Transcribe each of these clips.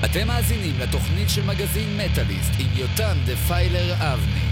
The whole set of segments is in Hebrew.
אתם מאזינים לתוכנית של מגזין מטאליסט עם יותם דפיילר אבני.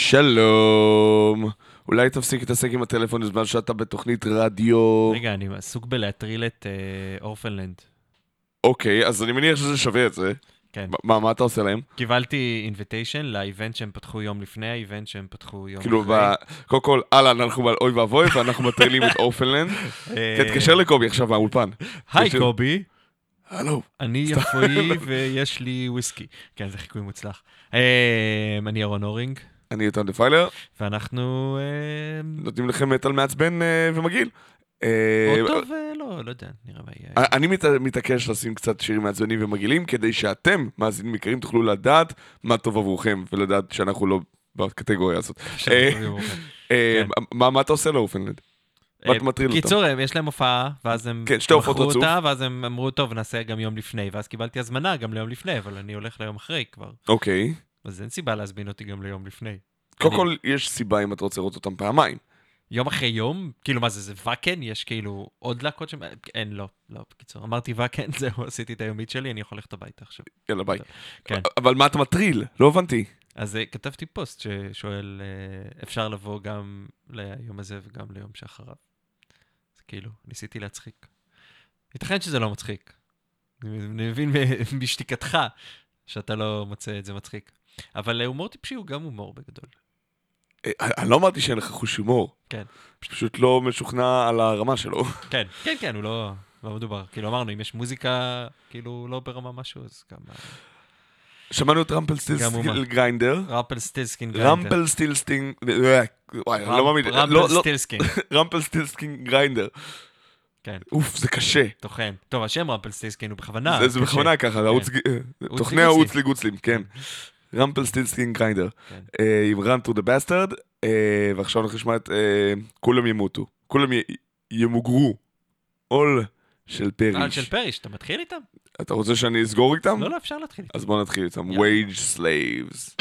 שלום. אולי תפסיק להתעסק עם הטלפון בזמן שאתה בתוכנית רדיו. רגע, אני עסוק בלהטריל את אורפנלנד. אוקיי, אז אני מניח שזה שווה את זה. כן. מה אתה עושה להם? קיבלתי אינביטיישן לאיבנט שהם פתחו יום לפני, האיבנט שהם פתחו יום כאילו, אחרי. קודם כל, אנחנו אוי ואבוי, ואנחנו מטרילים את אורפנלנד. תתקשר לקובי עכשיו מהאולפן. היי קובי. הלו. אני יפואי ויש לי וויסקי. כן, זה חיקוי מוצלח. אני ירון אורינג. אני יותם דפיילר. ואנחנו... נותנים לכם מטל מעצבן ומגעיל. או טוב, לא יודע, נראה מה יהיה. אני מתעקש לשים קצת שירים מעצבנים ומגעילים, כדי שאתם, מאזינים יקרים, תוכלו לדעת מה טוב עבורכם, ולדעת שאנחנו לא בקטגוריה הזאת. מה אתה עושה לאורפנלנד? מה אתה מטריל אותם? קיצור, יש להם הופעה, ואז הם מכרו אותה, ואז הם אמרו, טוב, נעשה גם יום לפני, ואז קיבלתי הזמנה גם ליום לפני, אבל אני הולך ליום אחרי כבר. אוקיי. אז אין סיבה להזמין אותי גם ליום לפני. קודם כל, יש סיבה אם אתה רוצה לראות אותם פעמיים. יום אחרי יום? כאילו מה זה וקן? יש כאילו עוד להקות שם? אין, לא, בקיצור. אמרתי וקן, זהו, עשיתי את היומית שלי, אני יכול ללכת הביתה עכשיו. יאללה, ביי. כן. אבל מה אתה מטריל? לא הבנתי. אז כתבתי פוסט ששואל, אפשר לבוא גם ליום הזה וגם ליום שאחריו. אז כאילו, ניסיתי להצחיק. ייתכן שזה לא מצחיק. אני מבין בשתיקתך שאתה לא מוצא את זה מצחיק. אבל הומור טיפשי הוא גם הומור בגדול. אני לא אמרתי שאין לך חוש הומור. כן. פשוט לא משוכנע על הרמה שלו. כן, הוא לא מדובר. כאילו אמרנו, אם יש מוזיקה, כאילו לא ברמה משהו, אז גם... שמענו את רמפלסטילסקין גריינדר. רמפלסטילסקין גריינדר. כן. אוף, זה קשה. תוכן. טוב, השם רמפלסטילסקין הוא בכוונה. זה בכוונה ככה, תוכני העוץ לגוצלים, כן. רמפלסטילסקין גריינדר. עם Run to the Bastard, ועכשיו אנחנו נשמע את כולם ימותו. כולם ימוגרו. עול של פריש. עול של פריש, אתה מתחיל איתם? אתה רוצה שאני אסגור איתם? לא, אפשר להתחיל איתם. אז בוא נתחיל איתם. Wage Slaves.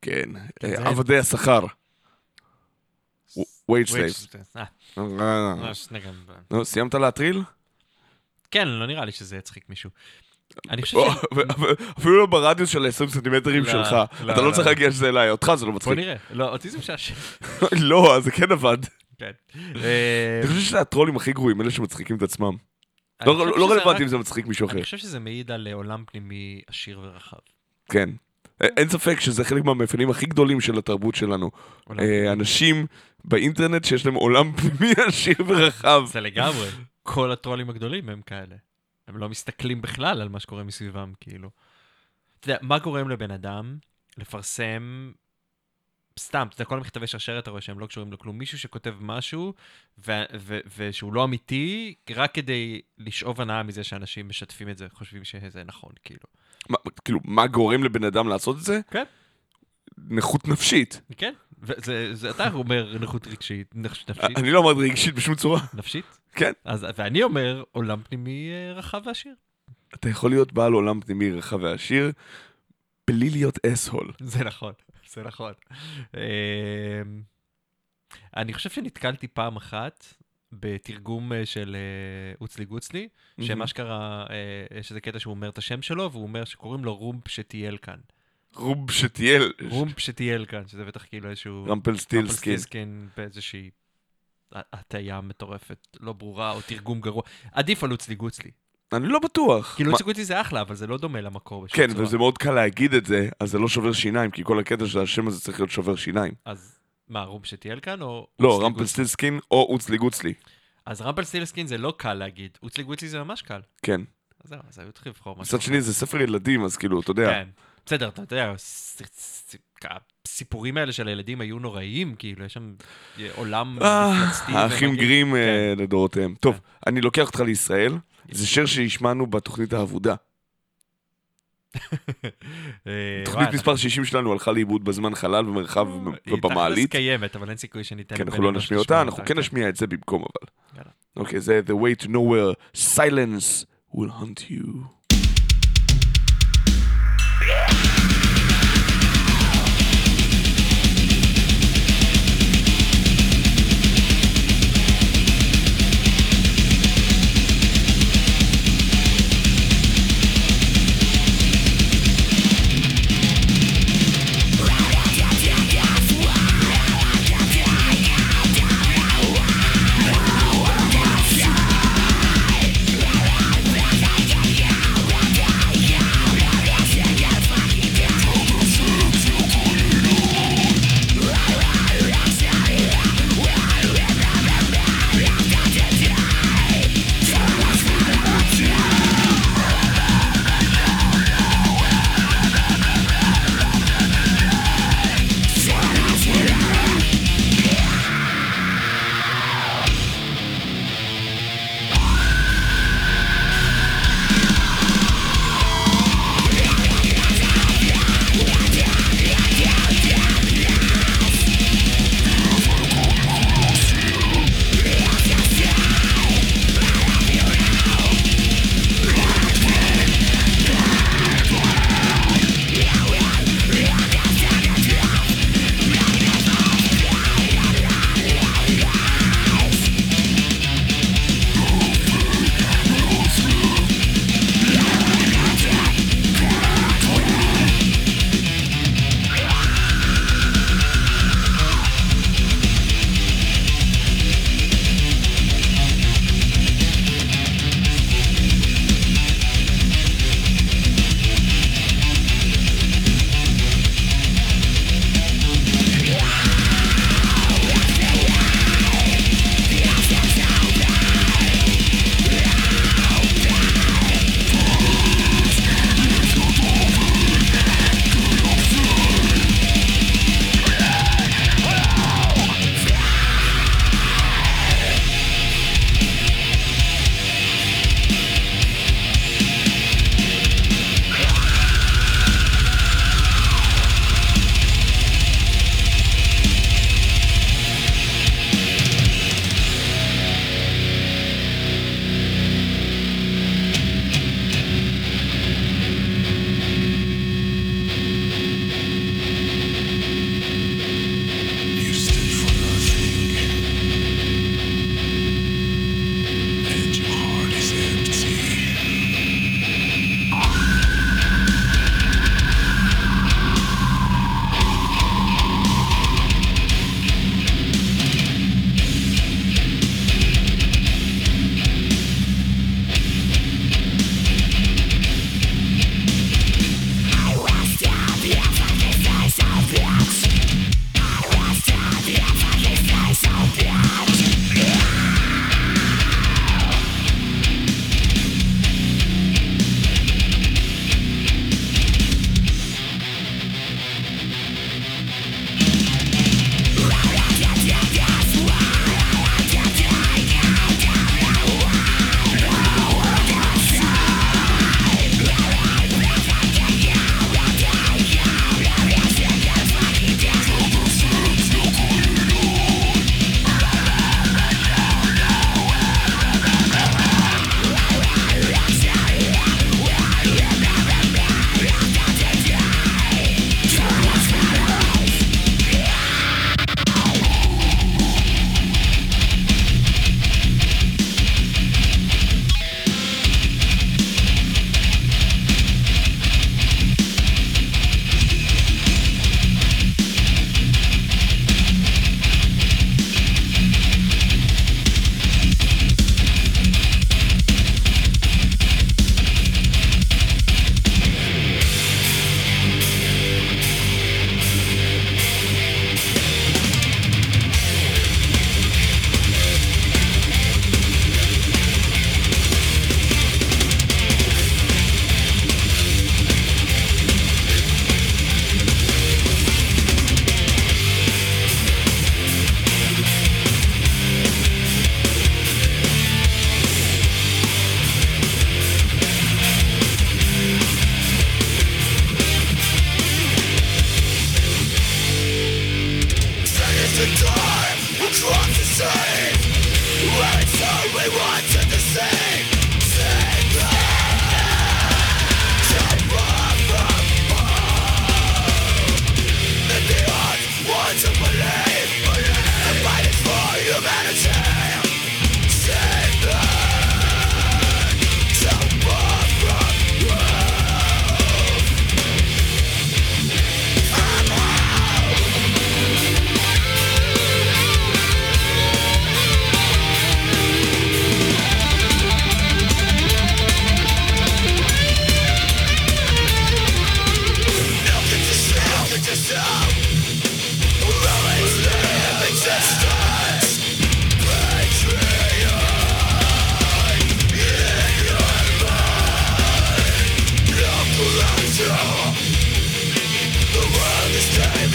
כן. עבדי השכר. wage slaves. סיימת להטריל? כן, לא נראה לי שזה יצחיק מישהו. אני חושב אפילו לא ברדיוס של 20 סנטימטרים שלך. אתה לא צריך להגיע שזה אליי, אותך זה לא מצחיק. בוא נראה. לא, אותי זה משעשע. לא, זה כן עבד. כן. אני חושב שזה הטרולים הכי גרועים, אלה שמצחיקים את עצמם. לא רלוונטי אם זה מצחיק מישהו אחר. אני חושב שזה מעיד על עולם פנימי עשיר ורחב. כן. אין ספק שזה חלק מהמאפיינים הכי גדולים של התרבות שלנו. אנשים באינטרנט שיש להם עולם פנימי עשיר ורחב. זה לגמרי. כל הטרולים הגדולים הם כאלה. הם לא מסתכלים בכלל על מה שקורה מסביבם, כאילו. אתה יודע, מה גורם לבן אדם לפרסם סתם, אתה יודע, כל המכתבי שרשרת, אתה רואה שהם לא קשורים לכלום. מישהו שכותב משהו, ושהוא לא אמיתי, רק כדי לשאוב הנאה מזה שאנשים משתפים את זה, חושבים שזה נכון, כאילו. כאילו, מה גורם לבן אדם לעשות את זה? כן. נכות נפשית. כן. אתה אומר נכות רגשית, נפשית. אני לא אמרתי רגשית בשום צורה. נפשית? כן. ואני אומר עולם פנימי רחב ועשיר. אתה יכול להיות בעל עולם פנימי רחב ועשיר, בלי להיות אסהול. זה נכון, זה נכון. אני חושב שנתקלתי פעם אחת בתרגום של אוצלי גוצלי, שמה שקרה, שזה קטע שהוא אומר את השם שלו, והוא אומר שקוראים לו רומפ שטייל כאן. רומפ שטייל? רומפ שטייל כאן, שזה בטח כאילו איזשהו... רמפלסטילסקין. באיזושהי הטעיה מטורפת, לא ברורה, או תרגום גרוע. עדיף על אוצלי גוצלי. אני לא בטוח. כאילו אוצלי גוצלי זה אחלה, אבל זה לא דומה למקור. כן, וזה מאוד קל להגיד את זה, אז זה לא שובר שיניים, כי כל הקטע של השם הזה צריך להיות שובר שיניים. אז מה, רומפ שטייל כאן או... לא, רמפלסטילסקין או אוצלי גוצלי. אז רמפלסטילסקין זה לא קל להגיד, אוצלי גוצלי זה ממש קל. כן. אז זהו, אז היו צריכים לבחור משהו. מצד שני זה ספר ילדים, אז כאילו, אתה יודע. כן, בסדר, אתה יודע, הסיפורים האלה של הילדים היו נוראיים, כאילו, יש שם עולם מפלצתי. האחים גרים לדורותיהם. טוב, אני לוקח אותך לישראל, זה שיר שהשמענו בתוכנית העבודה. תוכנית מספר 60 שלנו הלכה לאיבוד בזמן חלל במרחב ובמעלית. היא תכלס קיימת, אבל אין סיכוי שניתן... כן, אנחנו לא נשמיע אותה, אנחנו כן נשמיע את זה במקום אבל. אוקיי, זה The Way to Nowhere, Silence will hunt you. Yeah.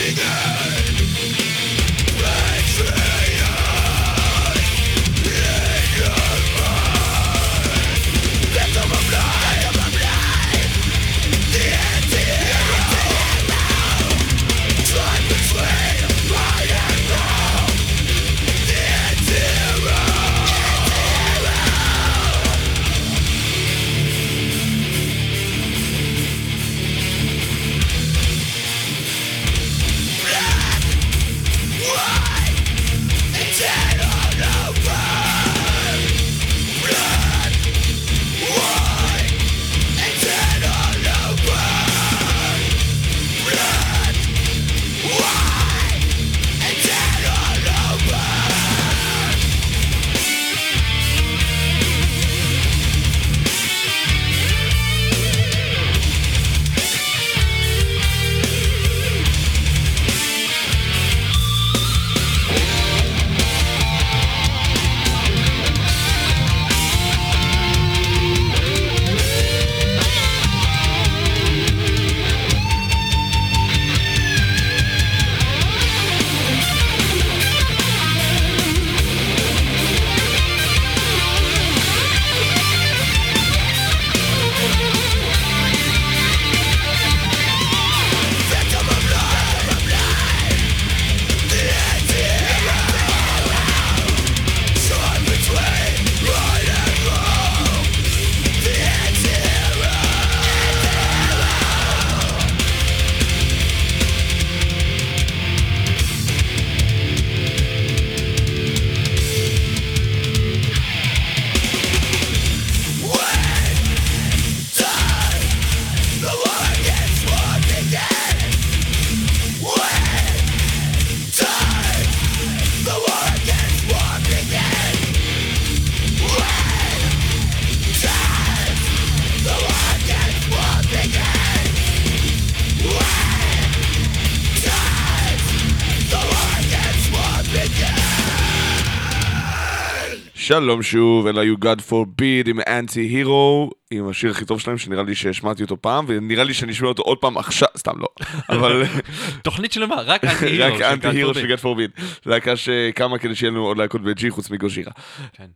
שלום שוב, אלא You God Forbid עם Anti-Hero, עם השיר הכי טוב שלהם, שנראה לי שהשמעתי אותו פעם, ונראה לי שאני אשמע אותו עוד פעם עכשיו, סתם לא, אבל... תוכנית שלמה, רק Anti-Hero. רק Anti-Hero של God Forbid. להקה שקמה כדי שיהיה לנו עוד להקות ב-G חוץ מגוז'ירה. כן.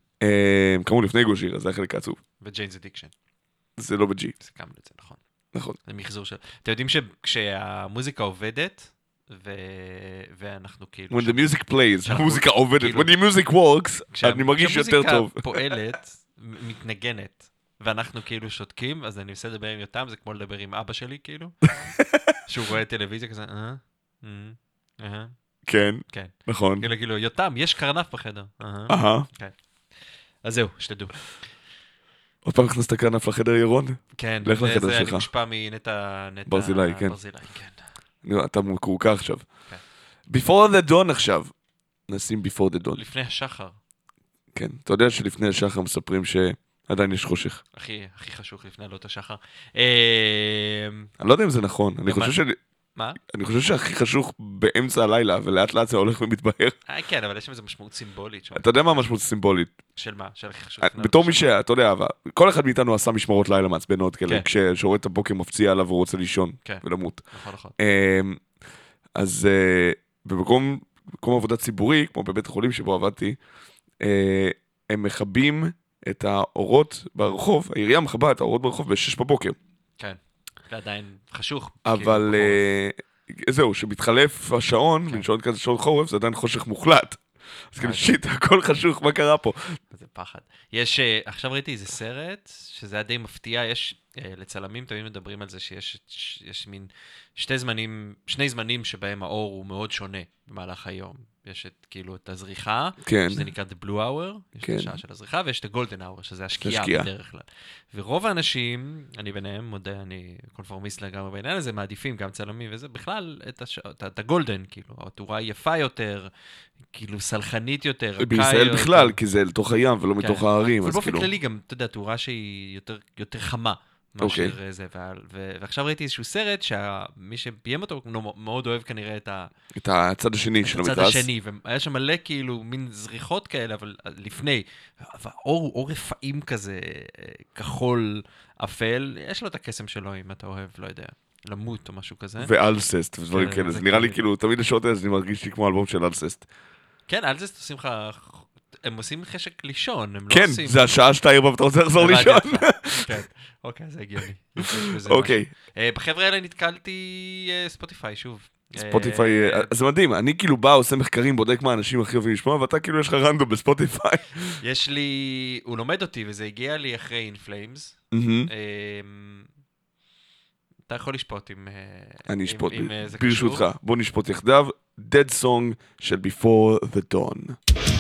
קמו לפני גוז'ירה, זה החלק העצוב. ו-Jane's Addiction. זה לא ב-G. זה קם לזה, נכון. נכון. זה מחזור של... אתם יודעים שכשהמוזיקה עובדת, ואנחנו כאילו... When the music plays, המוזיקה עובדת. When the music works, אני מרגיש יותר טוב. כשהמוזיקה פועלת, מתנגנת, ואנחנו כאילו שותקים, אז אני עושה לדבר עם יותם, זה כמו לדבר עם אבא שלי, כאילו. שהוא רואה טלוויזיה כזה, כן, כן. נכון. כאילו, יותם, יש קרנף בחדר. כן. אז זהו, שתדעו. עוד פעם הכנסת קרנף לחדר ירון? כן, לך לחדר וזה שלך. אני מושפע מנטע... ברזילי, כן. ברזילי, כן. אתה מקורקע עכשיו. כן. Before the dawn עכשיו. נשים before the dawn. לפני השחר. כן, אתה יודע שלפני השחר מספרים שעדיין יש חושך. הכי חשוך לפני עלות השחר. אני לא יודע אם זה נכון. מה? אני חושב שהכי חשוך באמצע הלילה, ולאט לאט זה הולך ומתבהר. כן, אבל יש שם איזו משמעות סימבולית. אתה יודע מה המשמעות סימבולית? של מה? של הכי חשוך. בתור מי אתה יודע, כל אחד מאיתנו עשה משמרות לילה מעצבנות כאלה, כשרואה את הבוקר מפציע עליו והוא רוצה לישון ולמות. נכון. אז במקום עבודה ציבורי, כמו בבית החולים שבו עבדתי, הם מכבים את האורות ברחוב, העירייה מכבה את האורות ברחוב ב-6 בבוקר. כן, זה עדיין חשוך. אבל זהו, שמתחלף השעון, בין כזה שעון חורף, זה עדיין חושך מוחלט. אז כאילו שיט, הכל חשוך, מה קרה פה? זה פחד. עכשיו ראיתי איזה סרט, שזה היה די מפתיע, יש לצלמים, תמיד מדברים על זה שיש מין שני זמנים שבהם האור הוא מאוד שונה במהלך היום. יש כאילו את הזריחה, שזה נקרא The Blue Hour, יש את השעה של הזריחה, ויש את ה-Golden Hour, שזה השקיעה בדרך כלל. ורוב האנשים, אני ביניהם, מודה, אני קונפורמיסט לגמרי בעניין הזה, מעדיפים גם צלמים וזה, בכלל את ה-Golden, כאילו, התאורה היא יפה יותר, כאילו סלחנית יותר, בישראל בכלל, כי זה לתוך הים ולא מתוך הערים. ובאופן כללי גם, אתה יודע, תאורה שהיא יותר חמה. מאשר זה, ועכשיו ראיתי איזשהו סרט שמי שביים אותו מאוד אוהב כנראה את הצד השני של המתרס. את הצד השני, והיה שם מלא כאילו מין זריחות כאלה, אבל לפני, אור רפאים כזה, כחול, אפל, יש לו את הקסם שלו אם אתה אוהב, לא יודע. למות או משהו כזה. ואלססט ודברים כאלה, זה נראה לי כאילו, תמיד לשעות האלה, זה מרגיש לי כמו אלבום של אלססט. כן, אלססט עושים לך, הם עושים חשק לישון, הם לא כן, עושים... זה השעה שאתה ערבב, אתה רוצה לחזור לישון. כן, אוקיי, זה הגיוני. אוקיי. בחבר'ה האלה נתקלתי ספוטיפיי, שוב. ספוטיפיי, זה מדהים, אני כאילו בא, עושה מחקרים, בודק מה אנשים הכי אוהבים לשמוע, ואתה כאילו יש לך רנדום בספוטיפיי. יש לי, הוא לומד אותי, וזה הגיע לי אחרי In Flames. אתה יכול לשפוט אם אני אשפוט, זה קשור. ברשותך, בוא נשפוט יחדיו, Dead Song של Before the Dawn.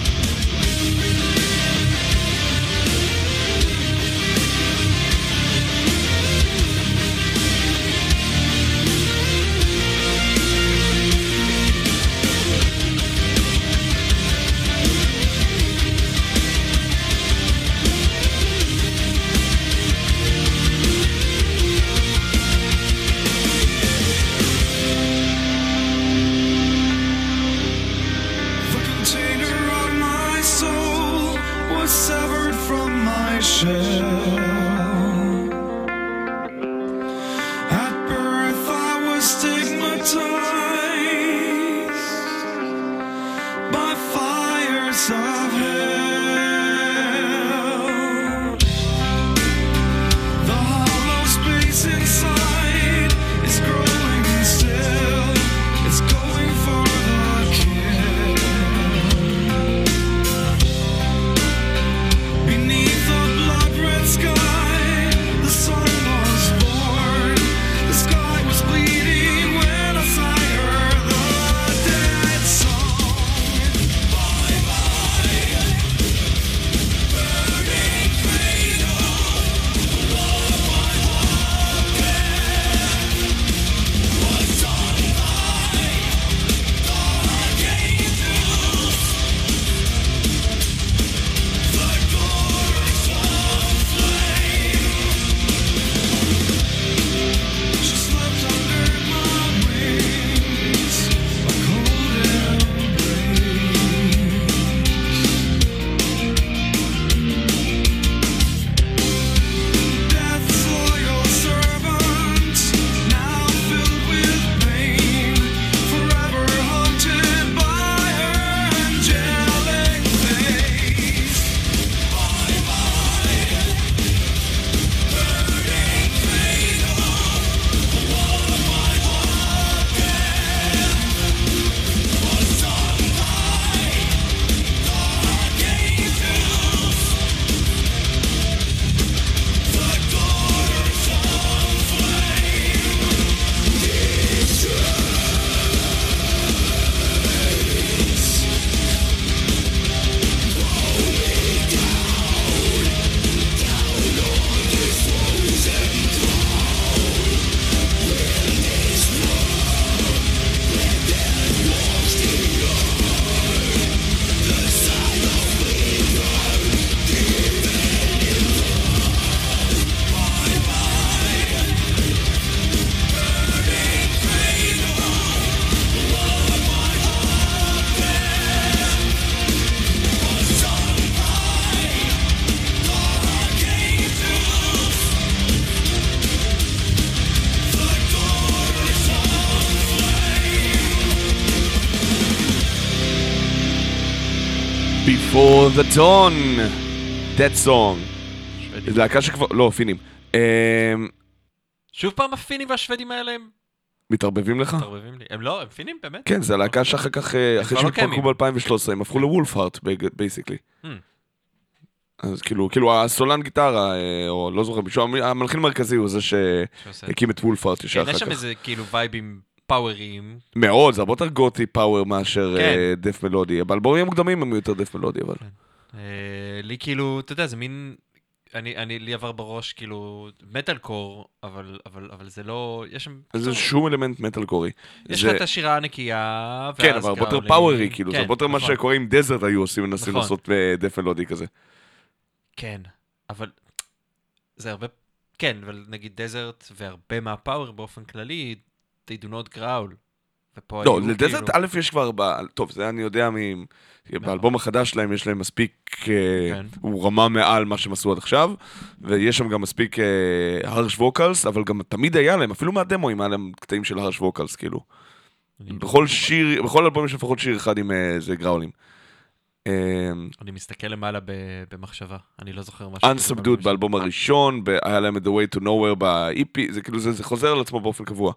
Before the Dawn, Dead Song. זה להקה שכבר, לא, פינים. שוב פעם הפינים והשוודים האלה הם... מתערבבים לך? מתערבבים לי. הם לא, הם פינים באמת? כן, זה להקה שאחר כך, אחרי שהתפרקו ב-2013, הם הפכו לוולפהארט, בייסיקלי. אז כאילו הסולן גיטרה, או לא זוכר, המלחין המרכזי הוא זה שהקים את וולפהארט ישר אחר כך. יש שם איזה כאילו וייבים פאווריים. מאוד, זה הרבה יותר גותי פאוור מאשר דף מלודי, אבל באלבומים מוקדמים הם יותר דף מלודי, אבל... לי כאילו, אתה יודע, זה מין... לי עבר בראש כאילו מטל קור, אבל זה לא... זה שום אלמנט מטל קורי. יש לך את השירה הנקייה, כן, אבל הרבה יותר פאוורי, כאילו, זה הרבה יותר מה שקורה עם דזרט היו עושים, מנסים לעשות דף מלודי כזה. כן, אבל זה הרבה... כן, אבל נגיד דזרט והרבה מהפאוור באופן כללי, they do not growl. לא, לדזרט א' יש כבר, טוב, זה אני יודע באלבום החדש שלהם יש להם מספיק, הוא רמה מעל מה שהם עשו עד עכשיו, ויש שם גם מספיק הרש ווקלס, אבל גם תמיד היה להם, אפילו מהדמוים היה להם קטעים של הרש ווקלס, כאילו. בכל שיר, בכל אלבום יש לפחות שיר אחד עם איזה גראולים. אני מסתכל למעלה במחשבה, אני לא זוכר משהו. Unsubdued באלבום הראשון, היה להם The Way to Nowhere ב-EP, זה כאילו, זה חוזר על עצמו באופן קבוע.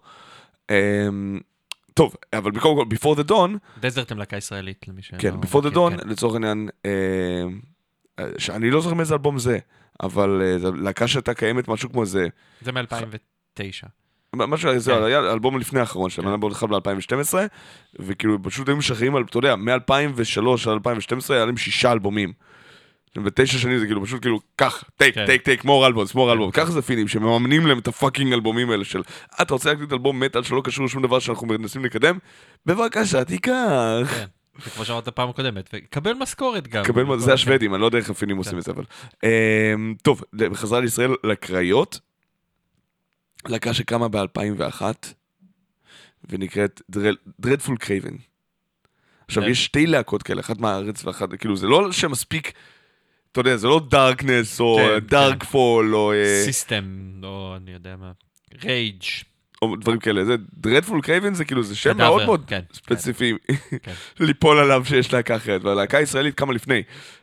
טוב, אבל Before the Dawn... דזרט הם להקה ישראלית, למי ש... כן, Before the Dawn, לצורך העניין, שאני לא זוכר מאיזה אלבום זה, אבל זו להקה שהייתה קיימת משהו כמו זה... זה מ-2009. משהו, זה היה אלבום לפני האחרון שלהם, אלבום אחד ב-2012, וכאילו פשוט היו משחררים על, אתה יודע, מ-2003 עד 2012 היה להם 6 אלבומים. ו9 שנים זה כאילו פשוט כאילו, כך, take, more albums, ככה זה פינים, שמממנים להם את הפאקינג אלבומים האלה של, אתה רוצה להקליט אלבום מטל שלא קשור לשום דבר שאנחנו מנסים לקדם? בבקשה, תיקח. כן, כמו שאמרת פעם הקודמת, וקבל משכורת גם. זה השוודים, אני לא יודע איך הפינים עושים את זה, אבל... טוב, בחזרה לישראל, לקריות, להקה שקמה ב-2001, ונקראת Dreadful Craven. עכשיו, יש 2 להקות כאלה, אחת מהארץ ואחת, כאילו, זה לא שמספיק, אתה יודע, זה לא Darkness או Darkfall או... System, או אני יודע מה, Rage. או דברים כאלה, זה Dreadful Craven זה כאילו, זה שם מאוד מאוד ספציפי, ליפול עליו שיש להקה אחרת, והלהקה הישראלית קמה לפני.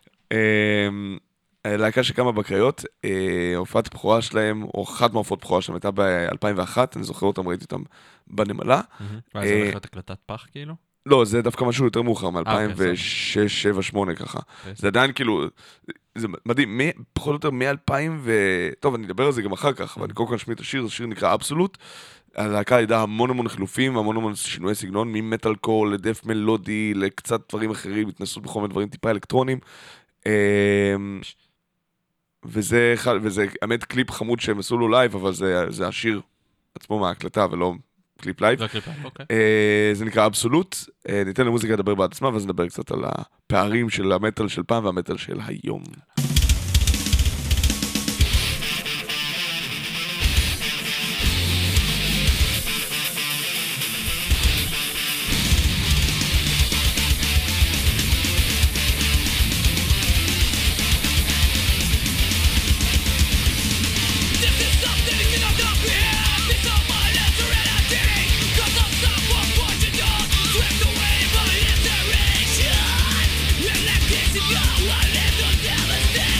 להקה שקמה בקריות, הופעת בכורה שלהם, או אחת מהופעות בכורה שלהם, הייתה ב-2001, אני זוכר אותם, ראיתי אותם בנמלה. מה, זה הולך להיות הקלטת פח כאילו? לא, זה דווקא משהו יותר מאוחר, מ-2006, 2007, 2008 ככה. זה עדיין כאילו, זה מדהים, פחות או יותר מ-2000 טוב, אני אדבר על זה גם אחר כך, אבל אני קודם כל נשמיע את השיר, השיר נקרא אבסולוט. הלהקה ידעה המון חילופים, המון שינוי סגנון, ממטל קור לדף מלודי, לקצת דברים אחרים, התנסות בכל מיני דברים טיפה אלקטרונים. וזה האמת קליפ חמוד שהם עשו לו לייב, אבל זה השיר עצמו מההקלטה ולא קליפ לייב. זה נקרא אבסולוט. ניתן למוזיקה לדבר בעד עצמה, ואז נדבר קצת על הפערים של המטל של פעם והמטל של היום. Go, I live to devastate.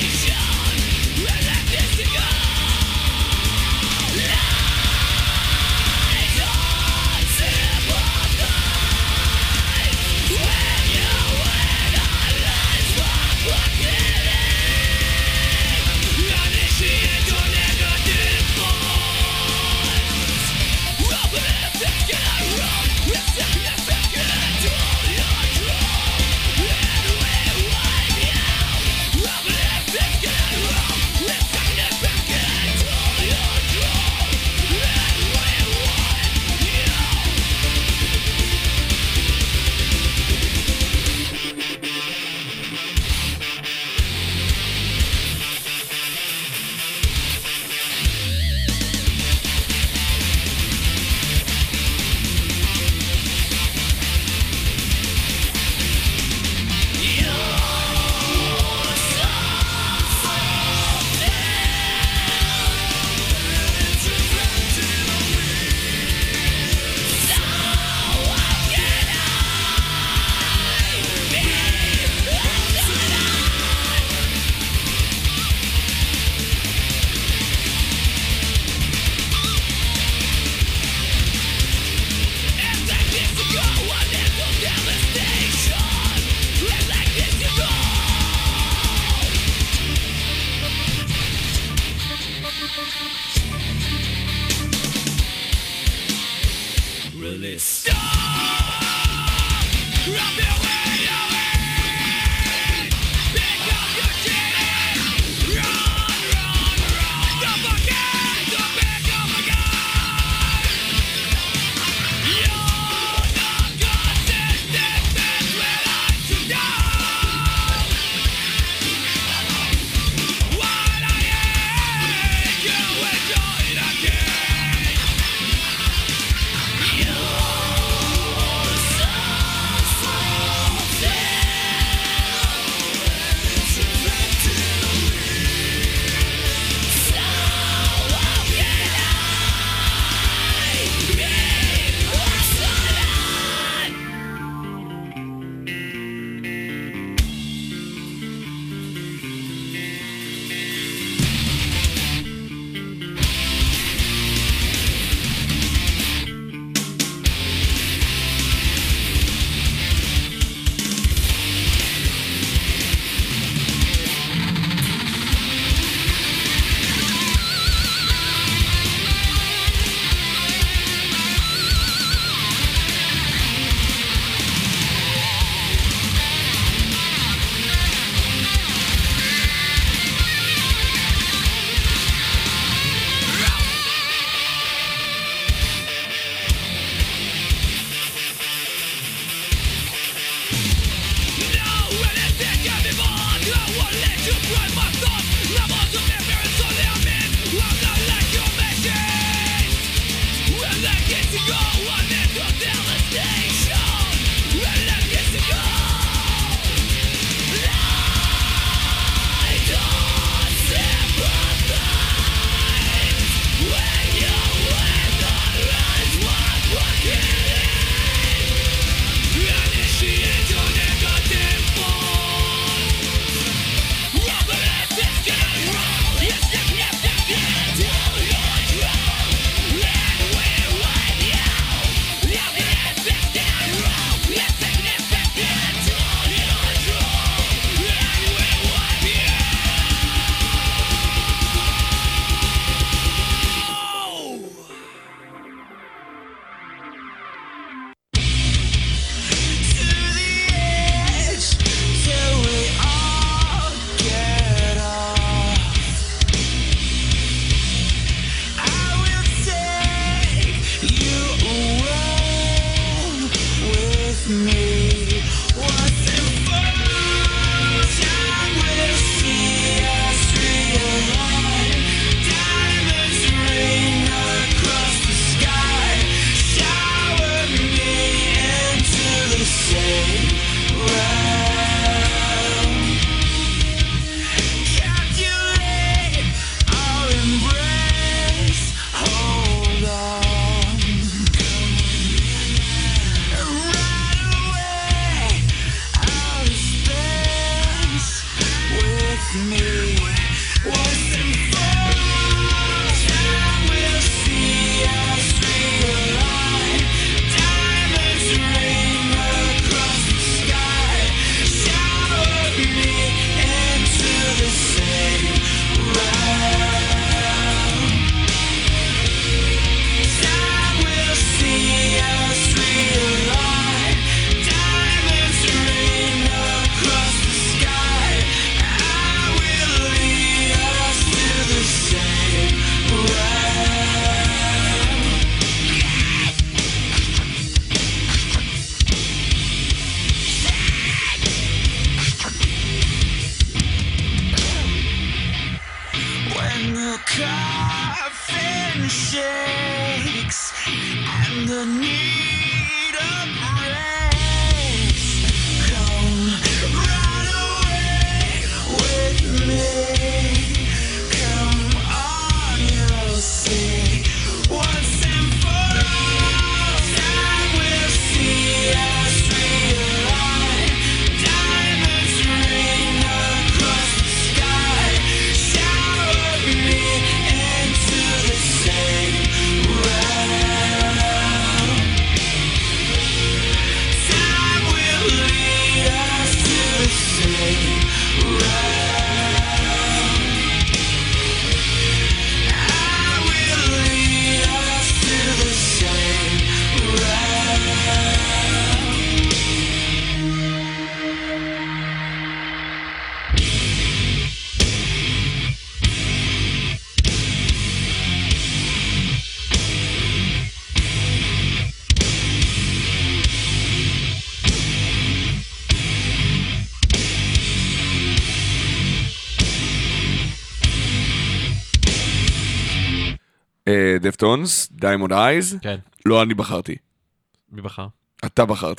דפטונס, דיימונד אייז. כן. לא אני בחרתי. מי בחר? אתה בחרת.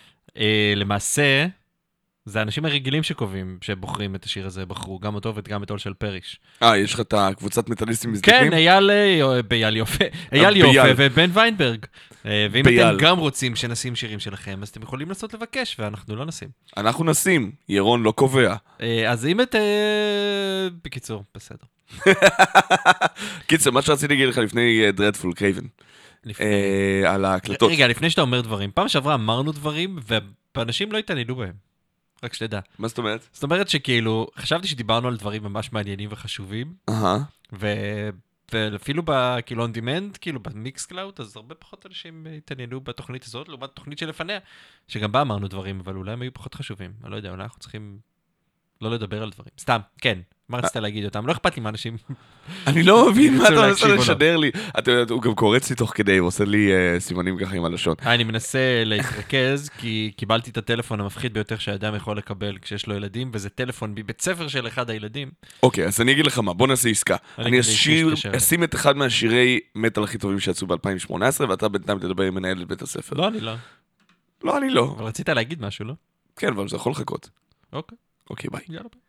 למעשה, זה האנשים הרגילים שקובעים, שבוחרים את השיר הזה, בחרו גם אותו וגם את עול של פריש. יש לך את הקבוצת מטאליסטים מזדקים? כן, אייל יופה ובן ויינברג. ואם אתם גם רוצים שנשים שירים שלכם, אז אתם יכולים לנסות לבקש, ואנחנו לא נשים. אנחנו נשים, ירון לא קובע. אז אם בקיצור, בסדר. קיצור, מה שרציתי להגיד לך לפני דרדפול קרייבן. על ההקלטות. רגע, לפני שאתה אומר דברים, פעם שעברה אמרנו דברים, ואנשים לא התעניינו בהם. רק שתדע. מה זאת אומרת? זאת אומרת שכאילו, חשבתי שדיברנו על דברים ממש מעניינים וחשובים, ואפילו כאילו on demand, כאילו במיקס קלאוד, אז הרבה פחות אנשים התעניינו בתוכנית הזאת, לעומת תוכנית שלפניה, שגם בה אמרנו דברים, אבל אולי הם היו פחות חשובים. אני לא יודע, אולי אנחנו צריכים לא לדבר על דברים. סתם, כן. מה רצית להגיד אותם? לא אכפת לי מה אנשים... אני לא מבין מה אתה מנסה לשדר לי. הוא גם קורץ לי תוך כדי, הוא עושה לי סימנים ככה עם הלשון. אני מנסה להתרכז, כי קיבלתי את הטלפון המפחיד ביותר שהאדם יכול לקבל כשיש לו ילדים, וזה טלפון מבית ספר של אחד הילדים. אוקיי, אז אני אגיד לך מה, בוא נעשה עסקה. אני אשים את אחד מהשירי מטל הכי טובים שיצאו ב-2018, ואתה בינתיים תדבר עם מנהלת בית הספר. לא, אני לא. לא, אני לא. אבל רצית להגיד משהו, לא? כן, אבל זה יכול לחכות. אוקיי. אוקיי, ביי. יאללה ביי.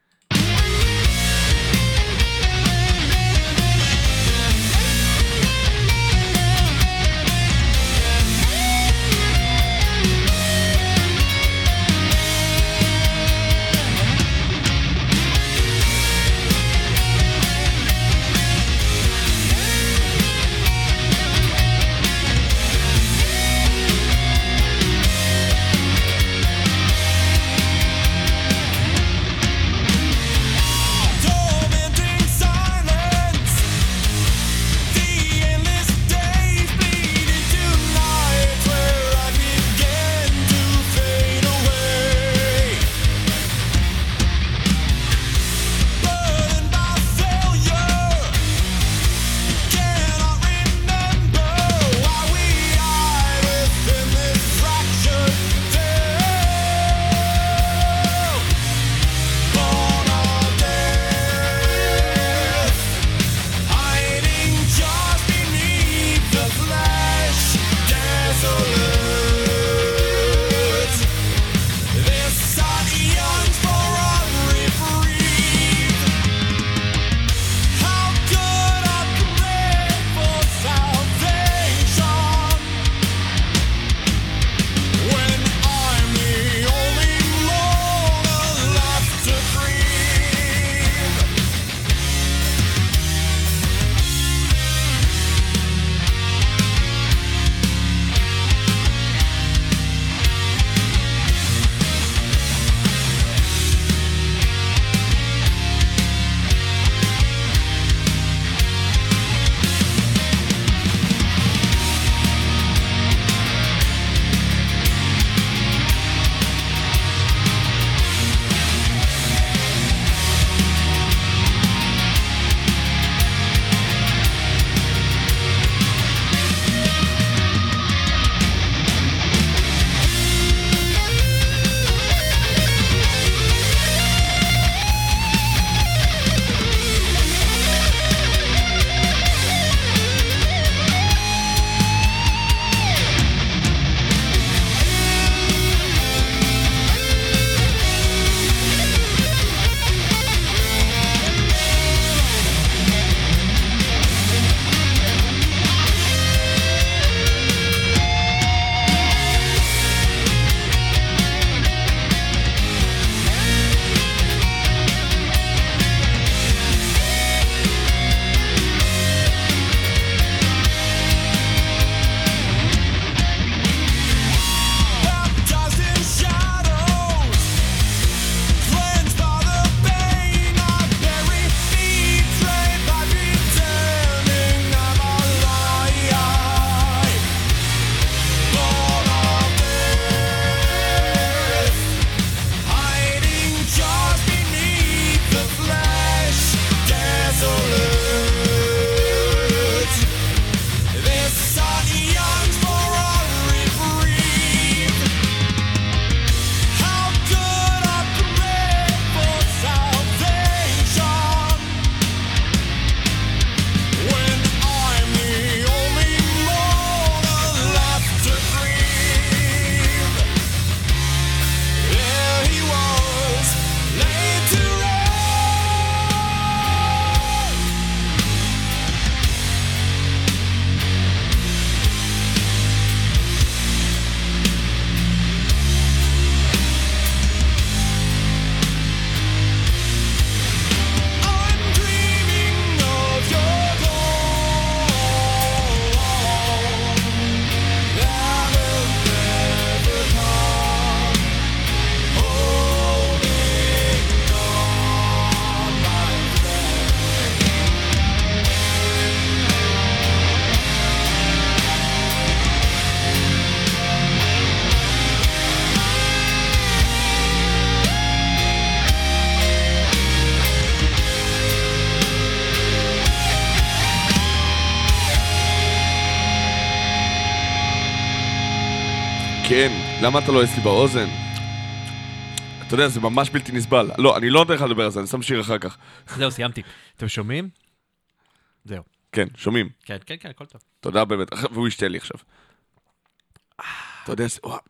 כן, למה אתה לא עושה לי באוזן? אתה יודע, זה ממש בלתי נסבל. לא, אני לא נותן לך לדבר על זה, אני שם שיר אחר כך. זהו, סיימתי. אתם שומעים? זהו. כן, שומעים. כן, כן, כן, הכל טוב. תודה באמת, והוא ישתה לי עכשיו. אתה יודע,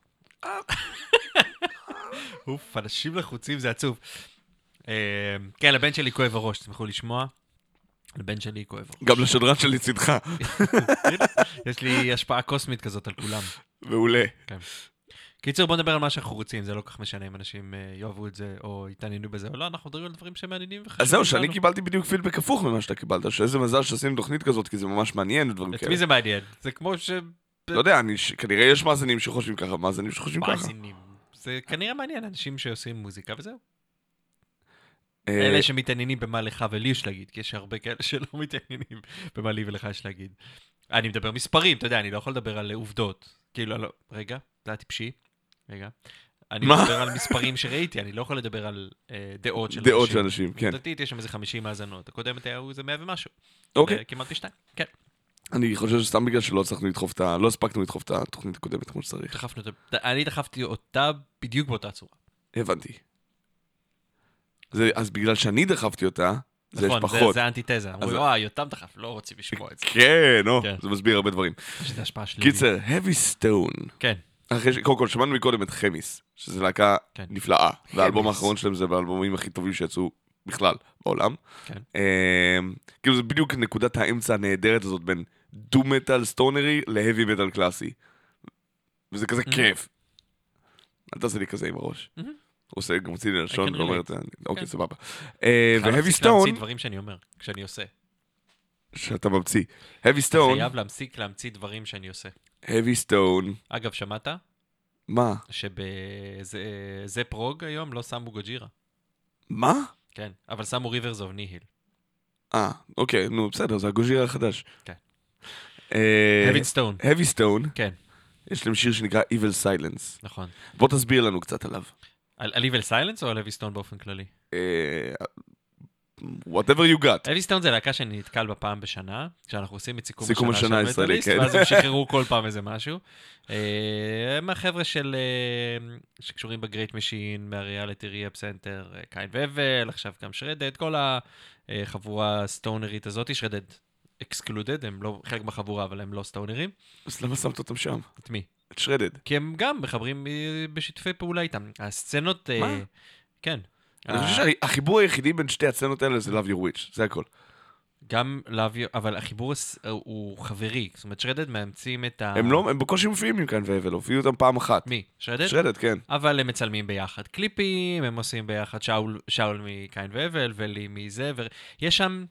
אוף, אנשים לחוצים, זה עצוב. כן, לבן שלי כואב הראש, תשמחו לשמוע. לבן שלי כואב הראש. גם לשדרן שלי צדך. יש לי השפעה קוסמית כזאת על כולם. מעולה. קיצור, בוא נדבר על מה שאנחנו רוצים, זה לא כך משנה אם אנשים יאהבו את זה, או יתעניינו בזה, או לא, אנחנו מדברים על דברים שמעניינים וחשובים. אז זהו, שאני קיבלתי בדיוק פידבק הפוך ממה שאתה קיבלת, שאיזה מזל שעשינו תוכנית כזאת, כי זה ממש מעניין ודברים כאלה. את מי זה מעניין? זה כמו ש... לא יודע, כנראה יש מאזינים שחושבים ככה, מאזינים שחושבים ככה. מאזינים. זה כנראה מעניין, אנשים שעושים מוזיקה וזהו. אלה שמתעניינים במה לך ולי יש להגיד, כי יש הרבה כאלה שלא מתעניינים במה לי ולך יש להגיד. אני מדבר מספרים, אתה יודע, אני לא יכול לדבר על עובדות. כאילו, לא, רגע, זה היה טיפשי. רגע. אני מדבר על מספרים שראיתי, אני לא יכול לדבר על דעות של אנשים. דעות של אנשים, כן. דתית, יש שם איזה 50 מאזנות. הקודמת היה איזה 100 ומשהו. אוקיי. כמעט פי 2, כן. אני חושב שסתם בגלל שלא הצלחנו לדחוף לא הספקנו לדחוף את התוכנית הקודמת כמו שצריך. אני דחפתי אותה בדיוק באותה צורה. הבנתי. אז בגלל שאני דחפתי אותה, זה יש פחות. נכון, זה אנטיתזה. אמרו, יותם דחף, לא רוצים לשמוע את זה. כן, זה מסביר הרבה דברים. שזה השפעה שלילית. קיצר, Heavy Stone. כן. קודם כל, שמענו מקודם את חמיס, שזו להקה נפלאה. והאלבום האחרון שלהם זה באלבומים הכי טובים שיצאו בכלל בעולם. כאילו זה בדיוק נקודת האמצע הנהדרת הזאת בין דו-מטל סטונרי להאבי מטל קלאסי. וזה כזה כיף. אל תעשה לי כזה עם הראש. הוא עושה, גם מוציא לי לשון ואומר את זה. אוקיי, סבבה. והאבי סטון... להמציא דברים שאני אומר, כשאני עושה. שאתה ממציא. האבי סטון... חייב להמציא דברים שאני עושה. Heavy Stone. אגב, שמעת? מה? שבזה פרוג היום לא שמו גוג'ירה. מה? כן, אבל שמו Rivers of Nihil. אוקיי, נו, בסדר, זה הגוג'ירה החדש. כן. Heavy Stone. כן. יש להם שיר שנקרא Evil Silence. נכון. בוא תסביר לנו קצת עליו. על Evil Silence או על Heavy Stone באופן כללי? whatever you got. Heavy Stone זה להקה שאני נתקל בפעם בשנה, כשאנחנו עושים את סיכום השנה הישראלי, כן. ואז הם שחררו כל פעם איזה משהו. הם החבר'ה שקשורים בגרייט משין, מהריאליטי ריאפ סנטר, קיין והבל, עכשיו גם שרדד, כל החבורה הסטונרית הזאת, שרדד אקסקלודד, הם לא חלק מהחבורה, אבל הם לא סטונרים. אז למה שמת אותם שם? את מי? את שרדד. כי הם גם מחברים בשיתופי פעולה איתם. הסצנות... מה? כן. אני חושב שהחיבור היחידי בין שתי הצנות האלה זה Love Your Witch, זה הכל. גם Love Your, אבל החיבור הוא חברי, זאת אומרת שרדד מאמצים את ה... הם בקושי מופיעים עם כאן והבל, הופיעו אותם פעם אחת. מי? שרדד? שרדד, כן. אבל הם מצלמים ביחד קליפים, הם עושים ביחד שאול מקיין והבל, ולי מזה, ויש שם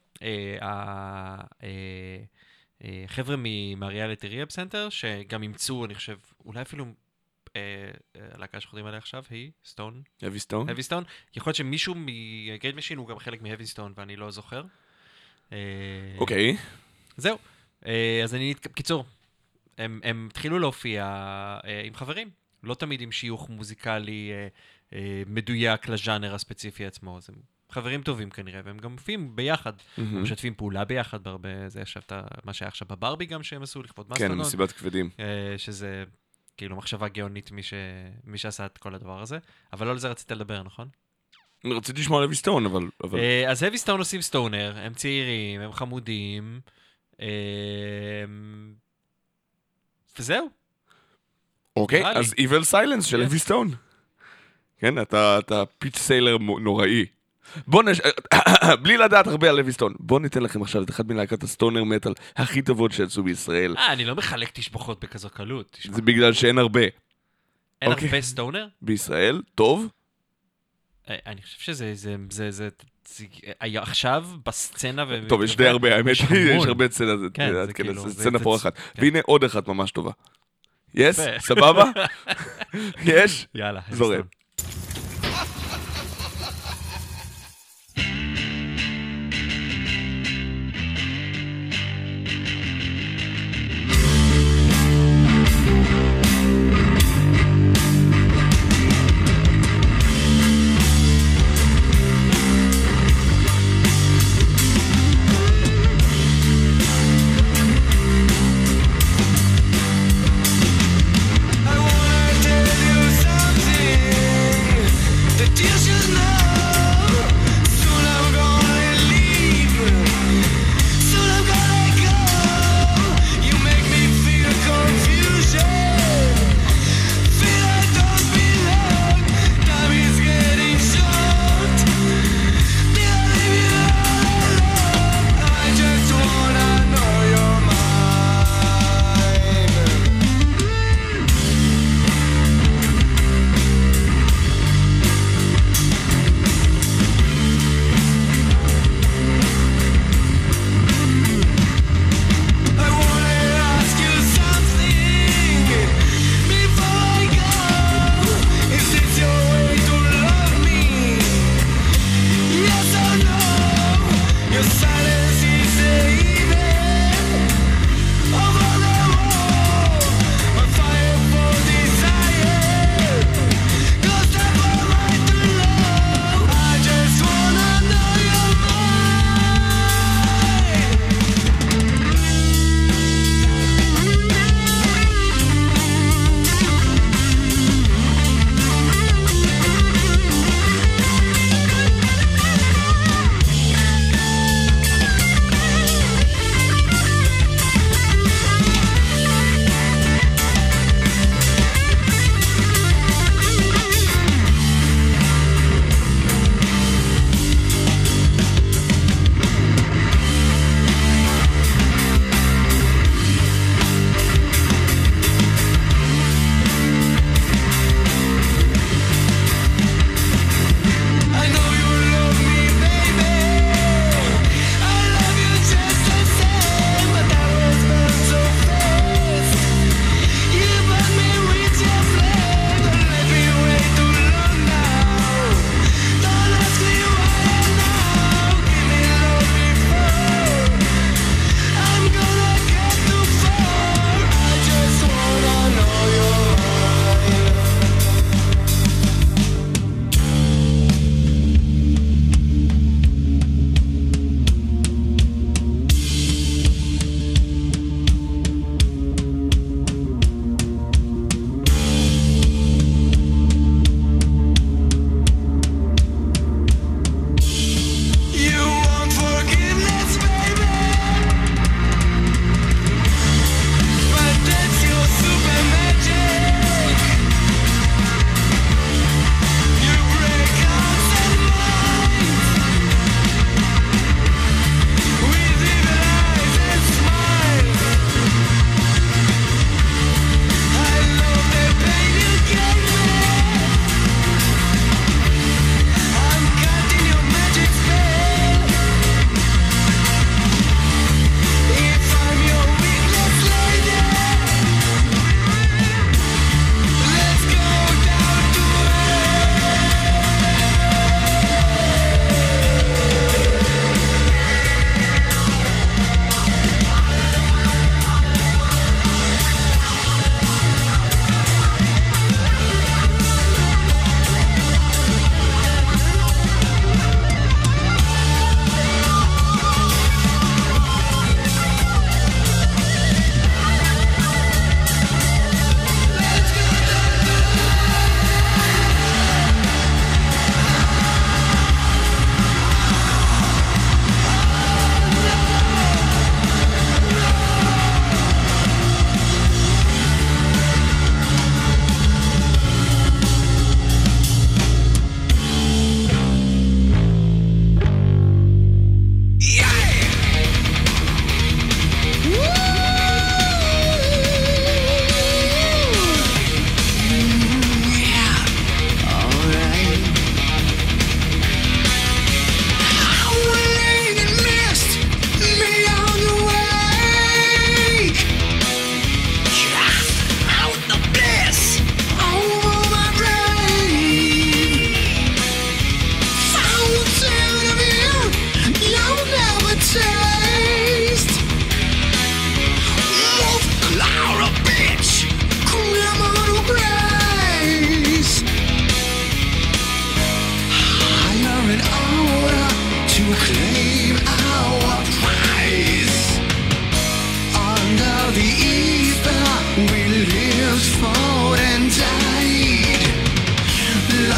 חבר'ה מהריאליטי ריאפ סנטר, שגם ימצאו, אני חושב, אולי אפילו... הלהקה שחודים עליה עכשיו היא סטון. Heavy Stone? Heavy Stone. יכול להיות שמישהו מגרייט משין הוא גם חלק מ-Heavy Stone ואני לא זוכר. אוקיי. זהו. אז קיצור, הם התחילו להופיע עם חברים. לא תמיד עם שיוך מוזיקלי מדויק לז'אנר הספציפי עצמו. אז הם חברים טובים כנראה, והם גם מופיעים ביחד. הם משתפים פעולה ביחד בהרבה. זה מה שהיה עכשיו בברבי גם שהם עשו לכבוד מסטרדון. כן, מסיבת כבדים. שזה... כאילו מחשבה גאונית מי שעשה את כל הדבר הזה, אבל לא על זה רצית לדבר, נכון? אני רציתי לשמוע על Heavy Stone, אבל... אז Heavy Stone עושים סטונר, הם צעירים, הם חמודים, וזהו. אוקיי, אז Evil Silence של Heavy Stone. כן, אתה פיץ' סיילר נוראי. בלי לדעת הרבה על Heavy Stone, בוא ניתן לכם עכשיו את אחד מלהקת הסטונר מטל הכי טובות שיצאו בישראל. אני לא מחלק תשבחות בכזו קלות. זה בגלל שאין הרבה. אין הרבה סטונר? בישראל, טוב. אני חושב שזה עכשיו בסצנה... טוב, יש די הרבה, האמת יש הרבה סצנה, סצנה פורחת. והנה עוד אחת ממש טובה. יש? סבבה? יש? יאללה. זורם. I wanna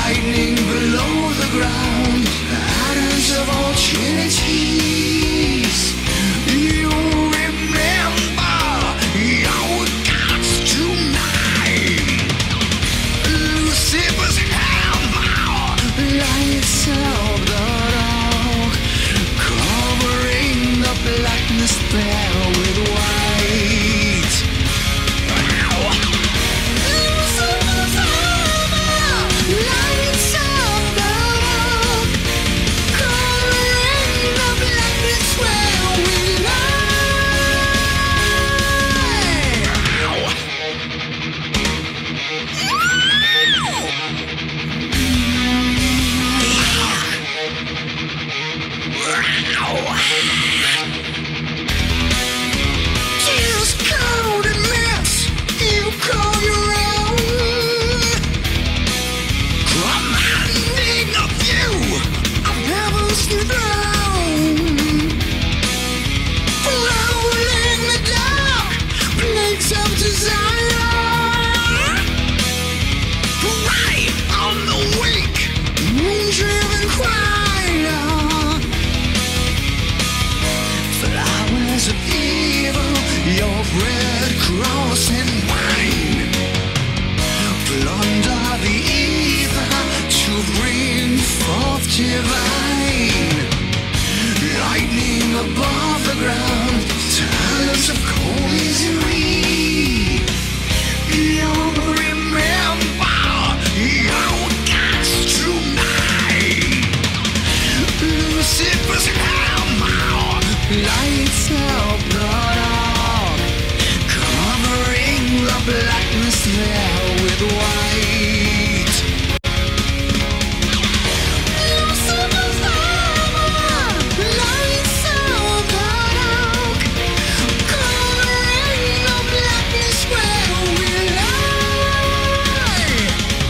lightning below the ground, atoms of all trinities. You remember your gods tonight. Lucifer's hammer lights up the dark, covering the blackness there with white. Lucifer's hammer lights up the dark, covering the blackness where we tears cold and mess you call your own, commanding a view of heaven's throne, prowling the dark plagues of desire, right on the weak, moon-driven choir. Flowers of evil, your bread, cross, and wine. Plunder the ether to bring forth divine. Lightning above the ground, times of cold misery. You remember your gods tonight. Lucifer's hammer lights up the dark, covering the blackness there with white. Lucifer's hammer lights up the dark, covering the blackness where we lie.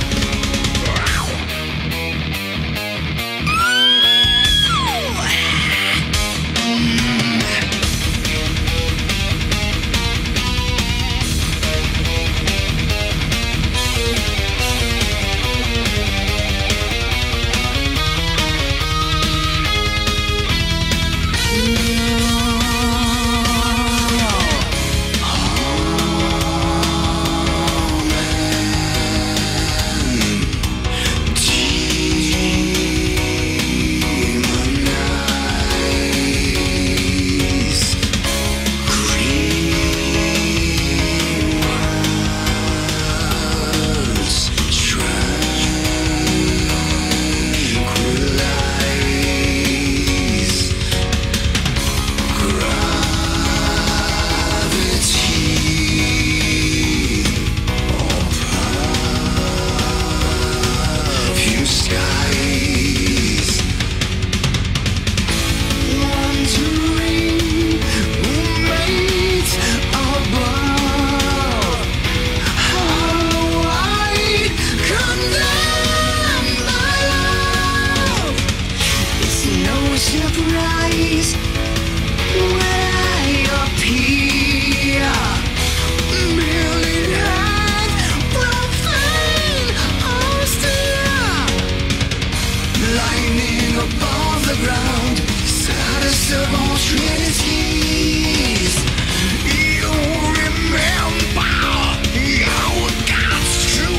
Surprise when I appear, merely and profane, austere. Lightning above the ground, saddest of all trinities. You remember your gods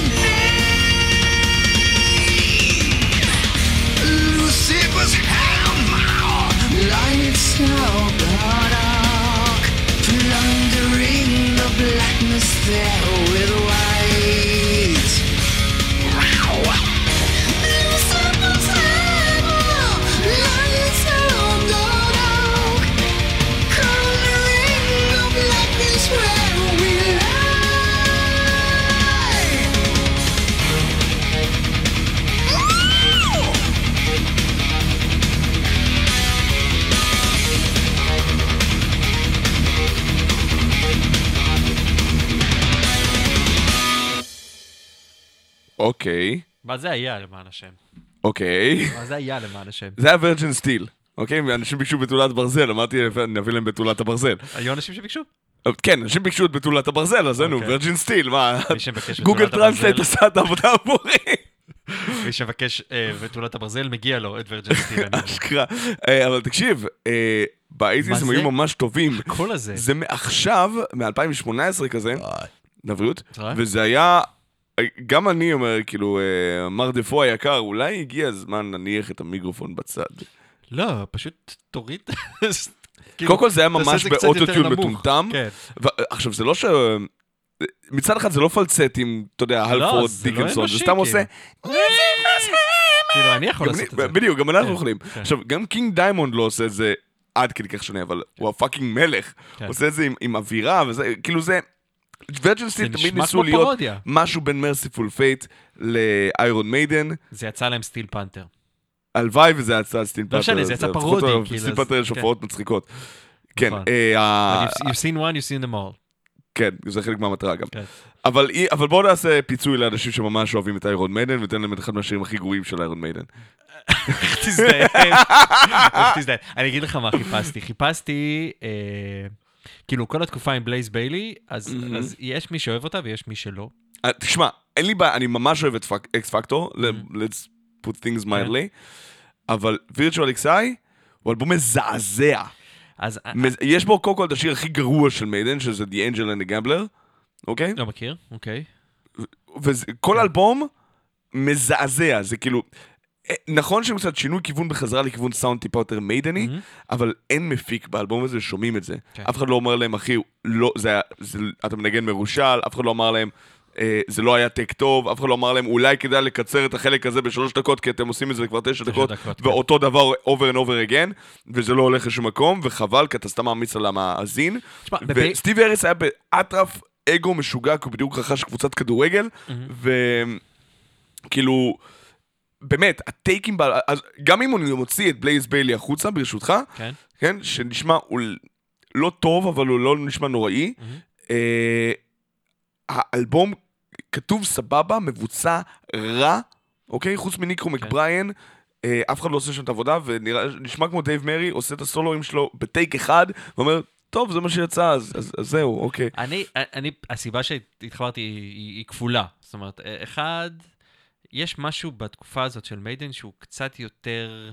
tonight. Lucifer's lights out the dark, plundering the blackness there with white. Lucifer's hammer lights out the dark, coloring the blackness where we lie. אוקיי. מה זה היה למען השם? אוקיי. מה זה היה למען השם? זה היה וירג'ין סטיל. אוקיי? אנשים ביקשו בתולת ברזל, אמרתי, נביא להם בתולת הברזל. היו אנשים שביקשו? כן, אנשים ביקשו את בתולת הברזל, אז זהו, וירג'ין סטיל, מה? מי שבקש גוגל בתולת הברזל. טרנסלייט עשה את העבודה עבורי. מי שבקש בתולת הברזל, מגיע לו את וירג'ן סטיל. אשכרה. אבל תקשיב, באייטיז הם היו ממש טובים. כל הזה. זה מעכשיו, מ-2018 כזה, לבריאות, וזה היה, גם אני אומר, כאילו, מר דפו היקר, אולי הגיע הזמן להניח את המיקרופון בצד. לא, פשוט תוריד. קודם כל זה היה ממש באוטוטיון מטומטם. עכשיו, זה לא ש... מצד אחד זה לא פלצטים, אתה יודע, הלפורד, דיקנסון, זה סתם עושה... כאילו, אני יכול לעשות את זה. בדיוק, גם אנחנו יכולים. עכשיו, גם קינג דיימונד לא עושה את זה עד כדי כך שונה, אבל הוא הפאקינג מלך. הוא עושה את זה עם אווירה, וזה, כאילו זה... וירג'ן סטיל תמיד ניסו להיות משהו בין מרסיפול פייט לאיירון מיידן. זה יצא להם סטיל פנתר. הלוואי וזה יצא סטיל פנתר. לא משנה, זה יצא פרודי. סטיל פנתר יש הופעות מצחיקות. כן. You've seen one, you've seen them all. כן, זה חלק מהמטרה גם. אבל בואו נעשה פיצוי לאנשים שממש אוהבים את איירון מיידן, ותן להם את אחד מהשירים הכי גרועים של איירון מיידן. איך תזדהן. אני אגיד לך מה חיפשתי, כאילו כל התקופה עם בלייז ביילי, אז יש מי שאוהב אותה ויש מי שלא. תשמע, אין לי בעיה, אני ממש אוהב את אקס פקטור, let's put things mildly, אבל Virtual XI הוא אלבום מזעזע. יש בו קודם כל את השיר הכי גרוע של מיידן, שזה The Angel and the Gambler, אוקיי? לא מכיר, אוקיי. וכל אלבום מזעזע, זה כאילו... נכון שהם קצת שינוי כיוון בחזרה לכיוון סאונד טיפה יותר מיידני, אבל אין מפיק באלבום הזה, שומעים את זה. אף אחד לא אומר להם, אחי, אתה מנגן מרושל, אף אחד לא אמר להם, זה לא היה טק טוב, אף אחד לא אמר להם, אולי כדאי לקצר את החלק הזה ב3 דקות, כי אתם עושים את זה כבר 9 דקות, ואותו דבר over and over again, וזה לא הולך לשום מקום, וחבל, כי אתה סתם מאמיץ על המאזין. וסטיב אריס היה באטרף אגו משוגע, כי הוא בדיוק רכש קבוצת כדורגל, וכאילו, באמת, הטייקים, גם אם הוא מוציא את בלייז ביילי החוצה, ברשותך, כן, שנשמע, הוא לא טוב, אבל הוא לא נשמע נוראי, האלבום כתוב סבבה, מבוצע רע, אוקיי? חוץ מניקרו מקבריין, אף אחד לא עושה שם את העבודה, ונשמע כמו דייב מרי, עושה את הסולואים שלו בטייק אחד, ואומר, טוב, זה מה שיצא, אז זהו, אוקיי. הסיבה שהתחברתי היא כפולה. זאת אומרת, אחד, יש משהו בתקופה הזאת של מיידן שהוא קצת יותר...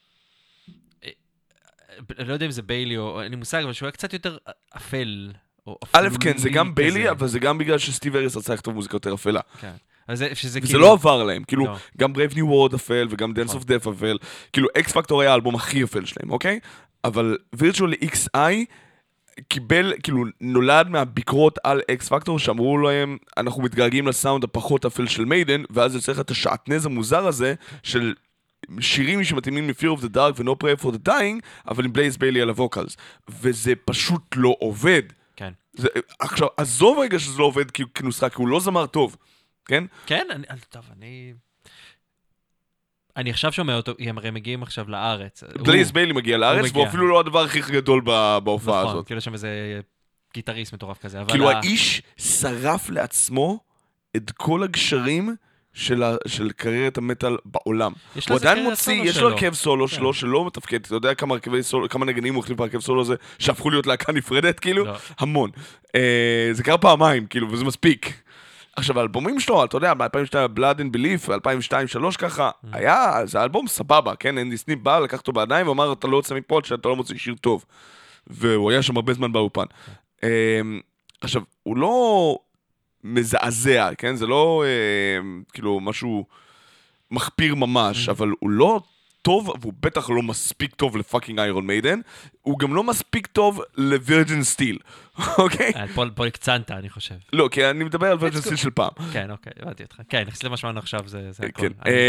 לא יודע אם זה ביילי או... אין לי מושג, אבל שהוא היה קצת יותר אפל. א' כן, זה גם ביילי, אבל זה גם בגלל שסטיב אריס רצה לכתוב מוזיקה יותר אפלה. כן. וזה לא עבר להם, כאילו, גם Brave New World אפל, וגם Dance of Death אפל, כאילו, X Factor היה האלבום הכי אפל שלהם, אוקיי? אבל Virtual XI קיבל, כאילו, נולד מהביקורות על X Factor, שאמרו להם, אנחנו מתגעגעים לסאונד הפחות אפל של מיידן, ואז יוצא לך את השעטנז המוזר הזה, של שירים שמתאימים ל-Fear of the Dark ו-No Prayer for the Dying, אבל עם בלייז ביילי על הווקלס. וזה פשוט לא עובד. כן. עכשיו, עזוב רגע שזה לא עובד כנוסחה, כי הוא לא זמר טוב, כן? כן, טוב, אני עכשיו שומע אותו, הם הרי מגיעים עכשיו לארץ. בלייז ביילי מגיע לארץ, והוא אפילו לא הדבר הכי גדול בהופעה הזאת. נכון, כאילו שם איזה גיטריסט מטורף כזה. כאילו האיש שרף לעצמו את כל הגשרים של קריירת המטל בעולם. הוא עדיין מוציא, יש לו הרכב סולו שלו שלא מתפקד, אתה יודע כמה נגנים הוא החליף בהרכב סולו הזה, שהפכו להיות להקה נפרדת, כאילו? המון. זה קרה פעמיים, כאילו, וזה מספיק. עכשיו, האלבומים שלו, אתה יודע, ב-2002 Blood and Belief, ב-2002-2003 ככה, זה אלבום סבבה, כן? אנדי סניפ בא, לקח אותו בידיים ואמר, אתה לא יוצא מפה שאתה לא מוציא שיר טוב. והוא היה שם הרבה זמן באופן. עכשיו, הוא לא מזעזע, כן? זה לא כאילו משהו מחפיר ממש, אבל הוא לא טוב, והוא בטח לא מספיק טוב לפאקינג איירון מיידן, הוא גם לא מספיק טוב לווירג'ן סטיל, אוקיי? פה הקצנת, אני חושב. לא, כי אני מדבר על וירג'ן סטיל של פעם. כן, אוקיי, הבנתי אותך. כן, נכנס למה שמענו עכשיו, זה הכל.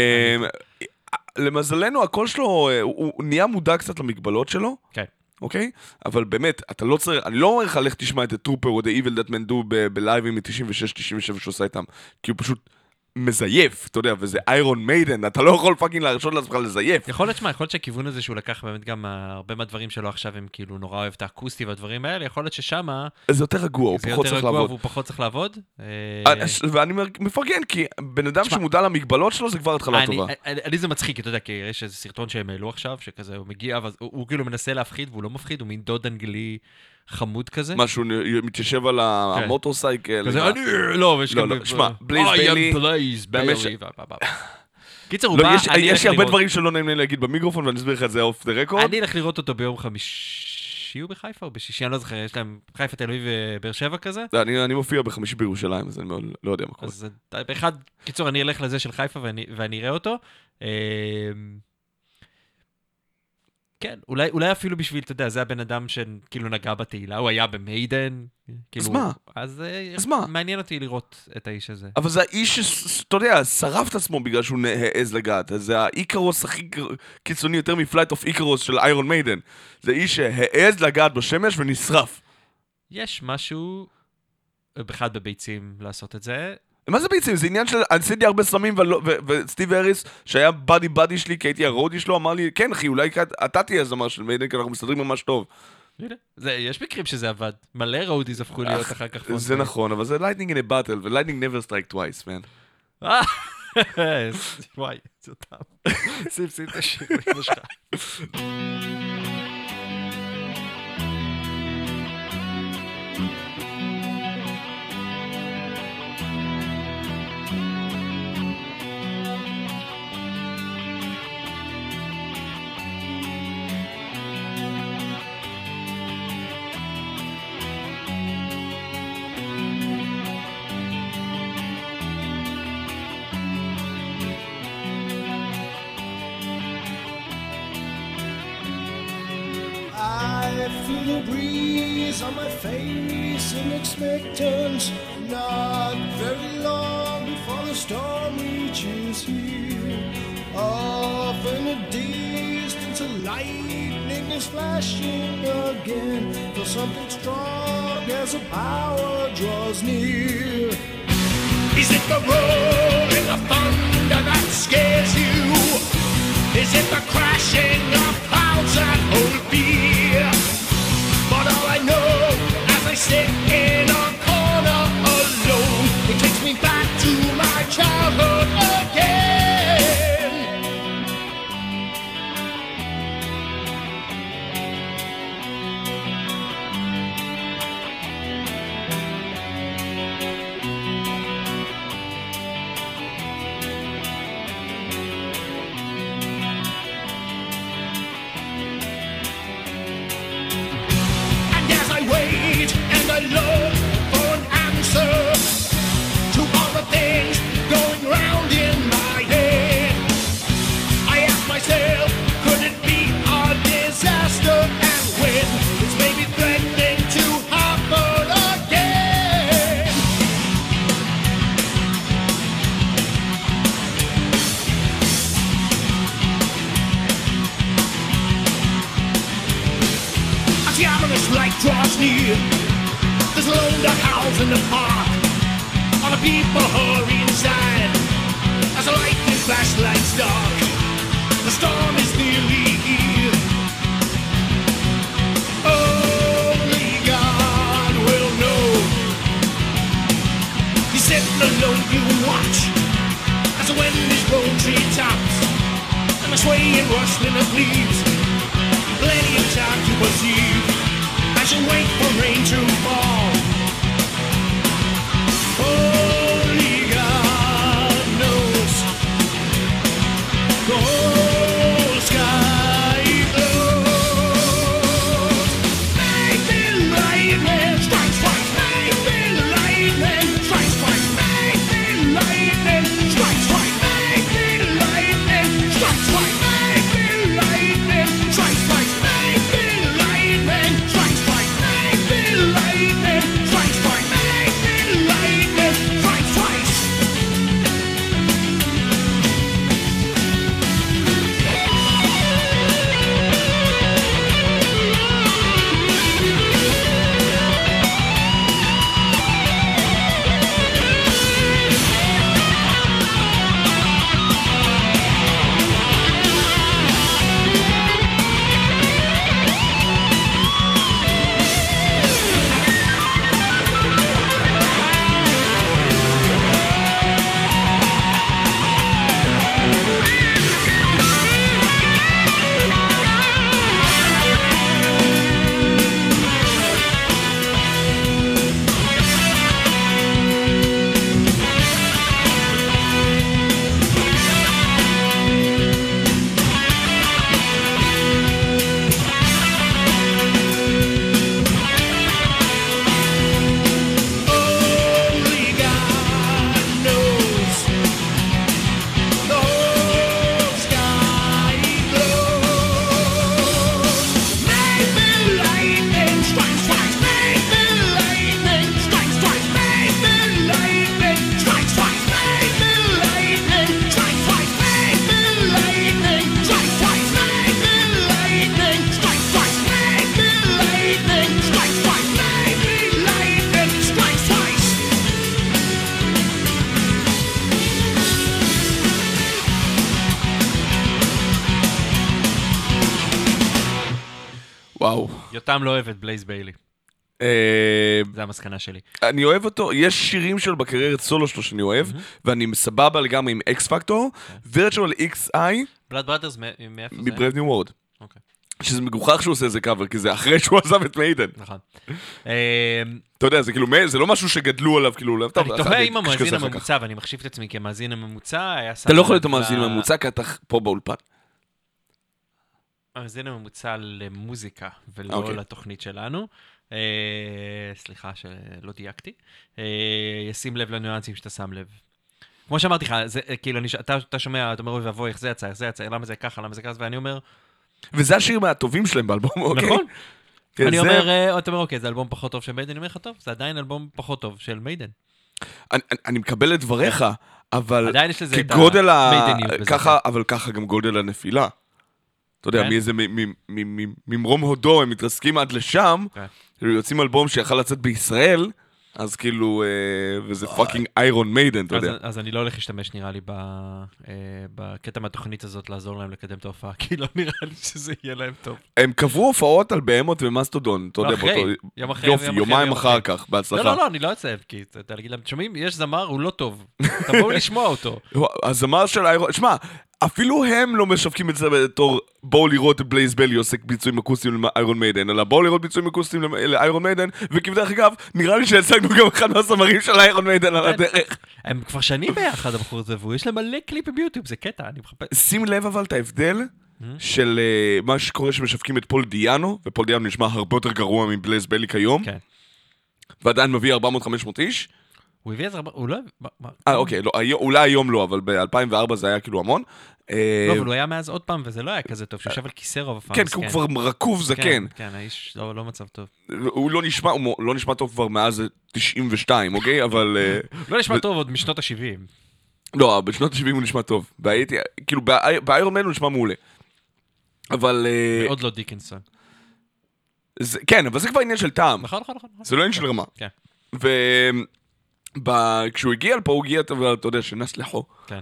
למזלנו, הקול שלו, הוא נהיה מודע קצת למגבלות שלו, כן. אוקיי? אבל באמת, אתה לא צריך, אני לא אומר לך, לך תשמע את הטרופר או The Evil That Men Do בלייבים מ-96-97 שהוא עושה איתם, כי הוא פשוט מזייף, אתה יודע, וזה איירון מיידן, אתה לא יכול פאקינג להרשות לעצמך לזייף. יכול להיות שהכיוון הזה שהוא לקח באמת גם הרבה מהדברים שלו עכשיו הם כאילו נורא אוהב את האקוסטי והדברים האלה, יכול להיות ששמה... זה יותר רגוע, הוא פחות צריך לעבוד. והוא פחות צריך לעבוד. ואני מפרגן, כי בן אדם שמודע למגבלות שלו זה כבר התחלה טובה. אני זה מצחיק, אתה יודע, כי יש איזה סרטון שהם העלו עכשיו, שכזה הוא מגיע, הוא כאילו מנסה להפחיד, והוא לא מפחיד, הוא מין דוד אנגלי חמוד כזה. משהו מתיישב על המוטורסייקל. כזה, לא, שמע, בלייז ביילי, קיצר, הוא בא, יש לי הרבה דברים שלא נעים לי להגיד במיקרופון, ואני אסביר לך את זה אוף דה רקורד. אני אלך לראות אותו ביום חמישי הוא בחיפה או בשישי, אני לא זוכר, יש להם חיפה, תל אביב ובאר שבע כזה. אני מופיע בחמישי בירושלים, אז אני לא יודע מה קורה. אז באחד, קיצור, אני אלך לזה של חיפה ואני אראה אותו. כן, אולי אפילו בשביל, אתה יודע, זה הבן אדם שכאילו נגע בתהילה, הוא היה במיידן. אז מה? אז מה? מעניין אותי לראות את האיש הזה. אבל זה האיש שאתה יודע, שרף את עצמו בגלל שהוא העז לגעת. זה האיקרוס הכי קיצוני יותר מפלייט אוף איקרוס של איירון מיידן. זה איש שהעז לגעת בשמש ונשרף. יש משהו בכלל בביצים לעשות את זה. מה זה ביצים? זה עניין של... עשיתי הרבה סמים וסטיב הריס, שהיה בדי שלי, כי הייתי הרודי שלו, אמר לי, כן אחי, אולי אתה תהיה הזמר של מיידן, כי אנחנו מסתדרים ממש טוב. יש מקרים שזה עבד. מלא רודיז הפכו להיות אחר כך. זה נכון, אבל זה lightning in a battle, ו-lightning never strike twice, man. וואי, זה אותם. שים את השיר, אמא שלך. Feel the breeze on my face in expectance. Not very long before the storm reaches here. Off in the distance, a lightning is flashing again. For something strong as a power draws near. Is it the rolling of thunder that scares you? Is it the crashing of clouds that hold fear? But all I know, as I sit in a corner alone, it takes me back to my childhood again. And I look for an answer to all the things going round in my head. I ask myself, could it be a disaster? And when it's maybe threatening to happen again. As the ominous light draws near, there's a lone house in the park. All the people hurry inside as the lightning flashlights dark. The storm is nearly here. Only God will know. You're sitting alone, you watch as the wind is blowing treetops and the swaying rustling of leaves. Plenty of time to perceive as you wait for rain to fall. Only God knows. The whole sky glows. Lightning, lightning, strike, strike. Lightning, lightning, strike, strike. Lightning, lightning, strike, strike. Lightning, lightning, strike, strike. Lightning, lightning, strike, strike. Lightning, lightning, strike, strike. Lightning, lightning, strike, strike. Lightning, lightning, strike twice. וואו. יותם לא אוהב את בלייז ביילי. זה המסקנה שלי. אני אוהב אותו, יש שירים שלו בקריירת סולו שלו שאני אוהב, ואני מסבבה לגמרי עם אקס פקטור, וירטואל XI, בלאד בראדרס, מאיפה זה? מברייב ניו וורד. אוקיי. שזה מגוחך שהוא עושה איזה קאבר, כי זה אחרי שהוא עזב את מיידן. נכון. אתה יודע, זה כאילו, זה לא משהו שגדלו עליו, כאילו, אני תוהה אם המאזין הממוצע, ואני מחשיב את עצמי כמאזין הממוצע, היה אתה לא יכול להיות המאזין הממוצע, כי אתה פה באולפן. המאזין הממוצע למוזיקה, ולא לתוכנית שלנו. סליחה שלא דייקתי. ישים לב לניואנסים שאתה שם לב. כמו שאמרתי לך, כאילו, אתה שומע, אתה אומר, אוי ואבוי, איך זה יצא, למה זה ככה, ואני אומר... וזה השיר מהטובים שלהם באלבום, אוקיי? נכון. אני אומר, אתה אומר, אוקיי, זה אלבום פחות טוב של מיידן, אני אומר לך, טוב, זה עדיין אלבום פחות טוב של מיידן. אני מקבל את דבריך, אבל עדיין יש לזה את כגודל המיידניות. ככה, אבל ככה גם גודל הנפילה. אתה יודע, מאיזה, ממרום הודו, הם מתרסקים עד לשם, יוצאים אלבום שיכל לצאת בישראל, אז כאילו, וזה פאקינג איירון מיידן, אתה יודע. אז אני לא הולך להשתמש, נראה לי, בקטע מהתוכנית הזאת, לעזור להם לקדם את ההופעה, כי לא נראה לי שזה יהיה להם טוב. הם קבעו הופעות על בהמות ומאסטודון, אתה יודע, יופי, יומיים אחר כך, בהצלחה. לא, אני לא אצלב, כי אתה להגיד להם, שומעים, יש זמר, הוא לא טוב, תבואו לשמוע אותו. הזמר של איירון, שמע, אפילו הם לא משווקים את זה בתור בואו לראות את בלייז ביילי עוסק ביצועים אקוסטיים לאיירון מיידן, אלא בואו לראות ביצועים אקוסטיים לאיירון מיידן, וכבדרך אגב, נראה לי שהצגנו גם אחד מהסמרים של איירון מיידן על הדרך. הם כבר שנים ביחד, הבחור הזה, ויש להם מלא קליפים ביוטיוב, זה קטע, אני מחפש. שים לב אבל את ההבדל של מה שקורה שמשווקים את פול דיאנו, ופול דיאנו נשמע הרבה יותר גרוע מבלייז ביילי כיום, ועדיין מביא 400-500 איש. הוא הביא איזה... הוא לא... אוקיי, אולי היום לא, אבל ב-2004 זה היה כאילו המון. לא, אבל הוא היה מאז עוד פעם, וזה לא היה כזה טוב, שיושב על כיסא רוב הפעם. כן, כי הוא כבר רקוב זקן. כן, האיש לא מצב טוב. הוא לא נשמע טוב כבר מאז 92, אוקיי? אבל... לא נשמע טוב עוד משנות ה-70. לא, בשנות ה-70 הוא נשמע טוב. כאילו, באיירון מן הוא נשמע מעולה. אבל... מאוד לא דיקנסון. כן, אבל זה כבר עניין של טעם. נכון. זה לא עניין של רמה. כן. כשהוא הגיע לפה, הוא הגיע, אתה יודע, שנס לחו. כן.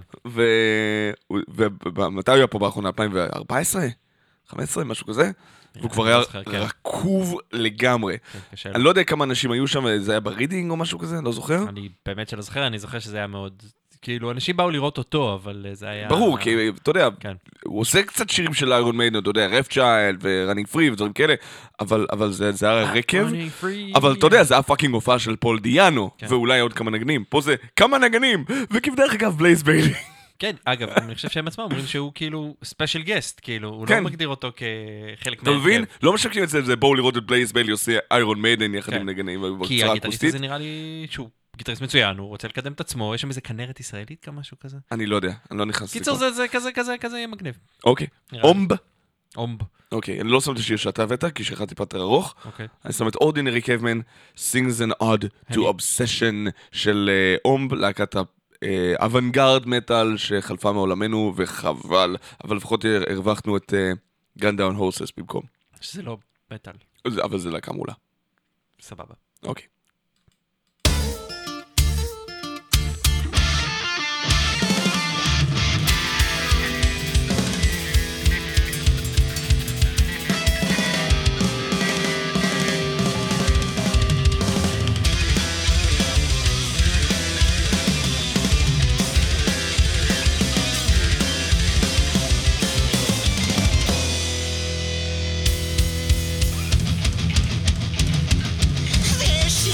ומתי הוא היה פה באחרונה? 2014? 15? משהו כזה? והוא כבר היה רקוב לגמרי. אני לא יודע כמה אנשים היו שם, זה היה ברידינג או משהו כזה, לא זוכר? אני באמת שלא זוכר, אני זוכר שזה היה מאוד... כאילו, אנשים באו לראות אותו, אבל זה היה... ברור, כי אתה יודע, הוא עושה קצת שירים של איירון מיידן, אתה יודע, רף צ'יילד ורנינג פרי ודברים כאלה, אבל זה היה רקב, אבל אתה יודע, זה היה פאקינג הופעה של פול דיאנו, ואולי עוד כמה נגנים. פה זה כמה נגנים, וכבדרך אגב בלייז ביילי. כן, אגב, אני חושב שהם עצמם אומרים שהוא כאילו ספיישל גסט, כאילו, הוא לא מגדיר אותו כחלק מהרכב. אתה מבין? לא משקרים את זה, בואו לראות את בלייז ביילי עושה איירון מיידן יחד עם נגנים. כי הגיטריסט הזה נראה לי שהוא גיטריסט מצוין, הוא רוצה לקדם את עצמו, יש שם איזה כנרת ישראלית כמשהו כזה? אני לא יודע, אני לא נכנס קיצור, זה כזה יהיה מגניב. אוקיי. אומב? אומב. אוקיי, אני לא שם את השיר שאתה הבאת, כי שחררתי טיפה יותר ארוך. אני שם את Ordinary Caveman, Sings an Odd to Obsession של אומב, להקת אוונגרד מטל שחלפה מעולמנו, וחבל, אבל לפחות הרווחנו את Gun Down Horses במקום. שזה לא מטל. אבל זה להקה מעולה. סבבה. אוקיי. There she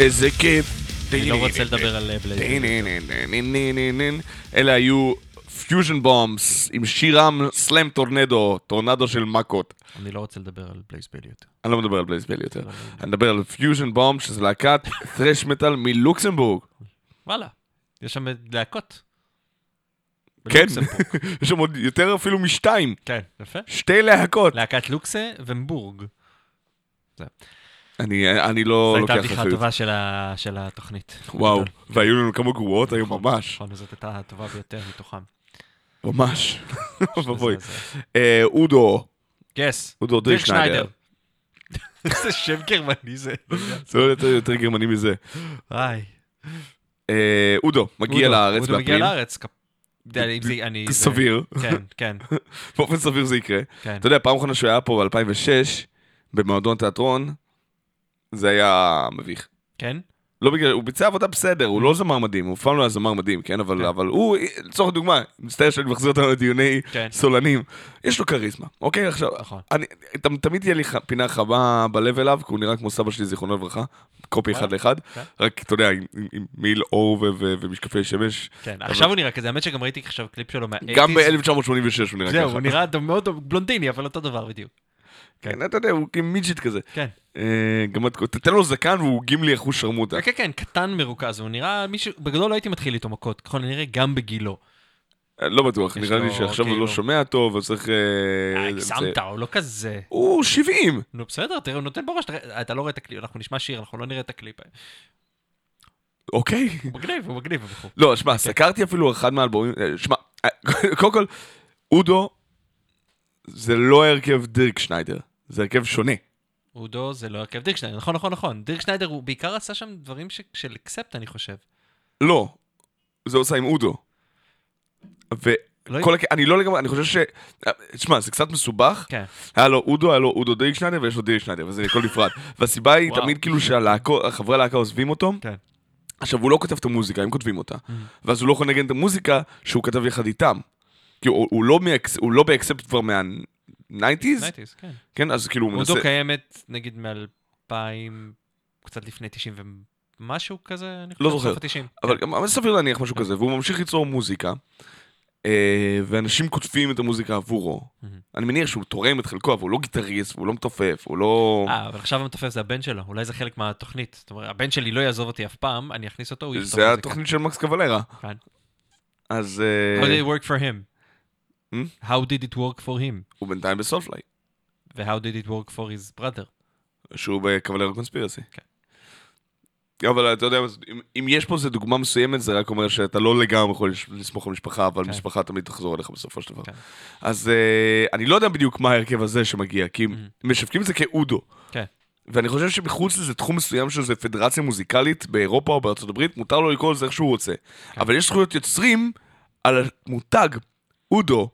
איזה כיף. אני לא רוצה לדבר על בלייז. אלה היו פיוז'ן בומס עם שירם סלאם טורנדו, טורנדו של מכות. אני לא רוצה לדבר על בלייז ביילי יותר. אני לא מדבר על בלייז ביילי יותר. אני מדבר על פיוז'ן בומס, שזה להקת ת'רש מטל מלוקסמבורג. וואלה, יש שם להקות. כן, יש שם עוד יותר אפילו משתיים. כן, יפה. שתי להקות. להקת לוקסה ומבורג. אני לא לוקח זו הייתה אחריות. בדיחה טובה של התוכנית. וואו, והיו לנו כמה גרועות היום ממש. נכון, זאת הייתה הטובה ביותר מתוכם. ממש. אודו. יס. אודו דירק שניידר. איזה שם גרמני זה. זה לא יותר גרמני מזה. היי. אודו, מגיע לארץ אודו מגיע באפריל. לארץ. סביר. כן, כן. באופן סביר זה יקרה. כן. אתה יודע, פעם אחרונה שהוא היה פה ב-2006, במועדון תיאטרון, זה היה מביך. כן? לא בגלל, הוא ביצע עבודה בסדר, הוא לא זמר מדהים, הוא פעם לא היה זמר מדהים, כן? אבל הוא, לצורך דוגמה, מצטער שאני מחזיר אותנו לדיוני סולנים, יש לו קריזמה, אוקיי? עכשיו, תמיד תהיה לי פינה חבה בלב אליו, כי הוא נראה כמו סבא שלי, זיכרונו לברכה, קופי אחד לאחד, רק, אתה יודע, עם מעיל אור ומשקפי שמש. כן, עכשיו הוא נראה כזה, האמת שגם ראיתי עכשיו קליפ שלו מה-80s. גם ב-1986 הוא נראה ככה. זהו, הוא נראה מאוד בלונדיני, אבל אותו דבר בדיוק. כן, אתה יודע, הוא מידג'יט כזה. כן. גם תתן לו זקן והוא גימלי אחוז שרמוטה. כן, כן, קטן מרוכז, הוא נראה מישהו, בגדול לא הייתי מתחיל איתו מכות, ככל נראה גם בגילו. לא בטוח, נראה לי שעכשיו הוא לא שומע טוב, אז צריך... הגזמת, הוא לא כזה. הוא 70. נו בסדר, תראה, הוא נותן בראש, אתה לא רואה את הקליפ, אנחנו נשמע שיר, אנחנו לא נראה את הקליפ. אוקיי. הוא מגניב. לא, שמע, סקרתי אפילו אחד מהאלבומים, שמע, קודם כל, אודו זה לא הרכב דירק שניידר, זה הרכב שונה. אודו זה לא הרכב דירק שניידר, נכון. דירק שניידר הוא בעיקר עשה שם דברים של אקספט, אני חושב. לא, זה עושה עם אודו. אני לא לגמרי, אני חושב ש... תשמע, זה קצת מסובך. היה לו אודו דירק שניידר ויש לו דירק שניידר, וזה הכל נפרד. והסיבה היא תמיד כאילו שהחברי הלהקה עוזבים אותו. עכשיו, הוא לא כותב את המוזיקה, הם כותבים אותה. ואז הוא לא יכול לנגן את המוזיקה שהוא כתב יחד איתם. כי הוא לא באקספט כבר מה-90s. כן, אז כאילו הוא מנסה... אודו קיימת, נגיד, מ-2000, קצת לפני 90 ומשהו כזה, אני חושב. לא זוכר. אבל גם סביר להניח משהו כזה, והוא ממשיך ליצור מוזיקה, ואנשים כותבים את המוזיקה עבורו. אני מניח שהוא תורם את חלקו, אבל הוא לא גיטריסט, הוא לא מתופף, הוא לא... אבל עכשיו המתופף זה הבן שלו, אולי זה חלק מהתוכנית. זאת אומרת, הבן שלי לא יעזוב אותי אף פעם, אני אכניס אותו, הוא יכתוב מוזיקה. זה התוכנית של מקס קוולרה. כן. אז... How did it work for him? How did it work for him? הוא בינתיים בסולפליי. ו-How did it work for his brother? שהוא בקוולרה קונספירסי. כן. אבל אתה יודע, אם יש פה איזו דוגמה מסוימת, זה רק אומר שאתה לא לגמרי יכול לסמוך על משפחה, אבל משפחה תמיד תחזור אליך בסופו של דבר. אז אני לא יודע בדיוק מה ההרכב הזה שמגיע, כי משווקים את זה כאודו. ואני חושב שבחוץ לזה תחום מסוים שזה פדרציה מוזיקלית באירופה או בארצות הברית, מותר לו לקרוא לזה איך שהוא רוצה. אבל יש זכויות יוצרים על המותג אודו,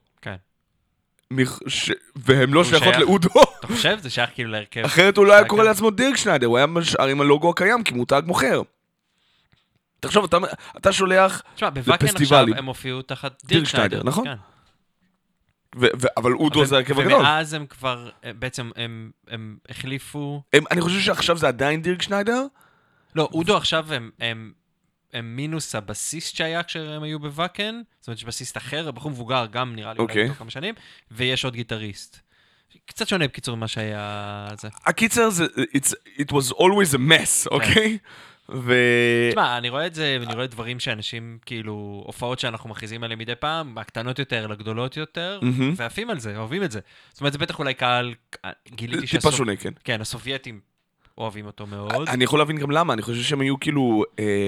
והם לא שייכות לאודו. אתה חושב? זה שייך כאילו להרכב. אחרת הוא לא היה קורא לעצמו דירק שניידר, הוא היה משאר עם הלוגו הקיים, כי מותג מוכר. תחשוב, אתה שולח לפסטיבלים. עכשיו הם הופיעו תחת דירק שניידר, נכון? אבל אודו זה הרכב הגדול. ומאז הם כבר, בעצם הם החליפו... אני חושב שעכשיו זה עדיין דירק שניידר? לא, אודו עכשיו הם מינוס הבסיסט שהיה כשהם היו בוואקן, זאת אומרת שבסיסט אחר, בחור מבוגר גם נראה לי אולי כמה שנים, ויש עוד גיטריסט. קצת שונה בקיצור ממה שהיה זה. הקיצר זה, it was always a mess, אוקיי? תשמע, אני רואה את זה, ואני רואה דברים שאנשים, כאילו, הופעות שאנחנו מכריזים עליהם מדי פעם, הקטנות יותר, לגדולות יותר, ועפים על זה, אוהבים את זה. זאת אומרת, זה בטח אולי קהל, גיליתי טיפה שונה, כן. כן, הסובייטים אוהבים אותו מאוד. אני יכול להבין גם למה, אני חושב שהם היו כאילו...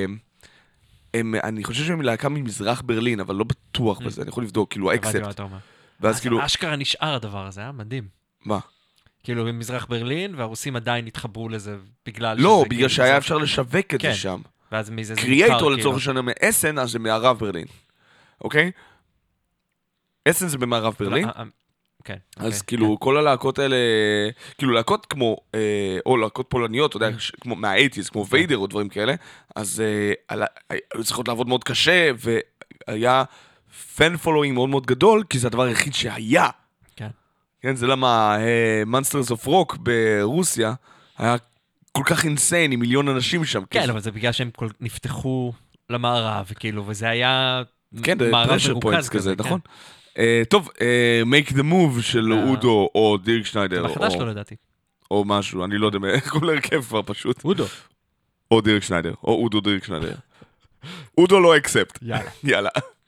אני חושב שהם להקה ממזרח ברלין, אבל לא בטוח בזה, אני יכול לבדוק, כאילו, האקספט. ואז כאילו... אשכרה נשאר הדבר הזה, מדהים. מה? כאילו, במזרח ברלין, והרוסים עדיין התחברו לזה, בגלל שזה... לא, בגלל שהיה אפשר לשווק את זה שם. ואז מזה זה... קריאייטור לצורך השנה מאסן, אז זה מערב ברלין. אוקיי? אסן זה במערב ברלין. כן. אז כאילו, כל הלהקות האלה, כאילו להקות כמו, או להקות פולניות, אתה יודע, כמו מה-80s, כמו ויידר או דברים כאלה, אז היו צריכות לעבוד מאוד קשה, והיה פן פולווינג מאוד מאוד גדול, כי זה הדבר היחיד שהיה. כן. כן, זה למה Monsters of Rock ברוסיה, היה כל כך אינסיין, עם מיליון אנשים שם. כן, אבל זה בגלל שהם נפתחו למערב, וכאילו, וזה היה כן, מערב pressure מרוכז points כזה, נכון. טוב, make the move של אודו או דירק שניידר. זה בחדש לא לדעתי. או משהו, אני לא יודע, כל הרכב כבר פשוט. אודו. או דירק שניידר, או אודו דירק שניידר. אודו לא אקספט. יאללה.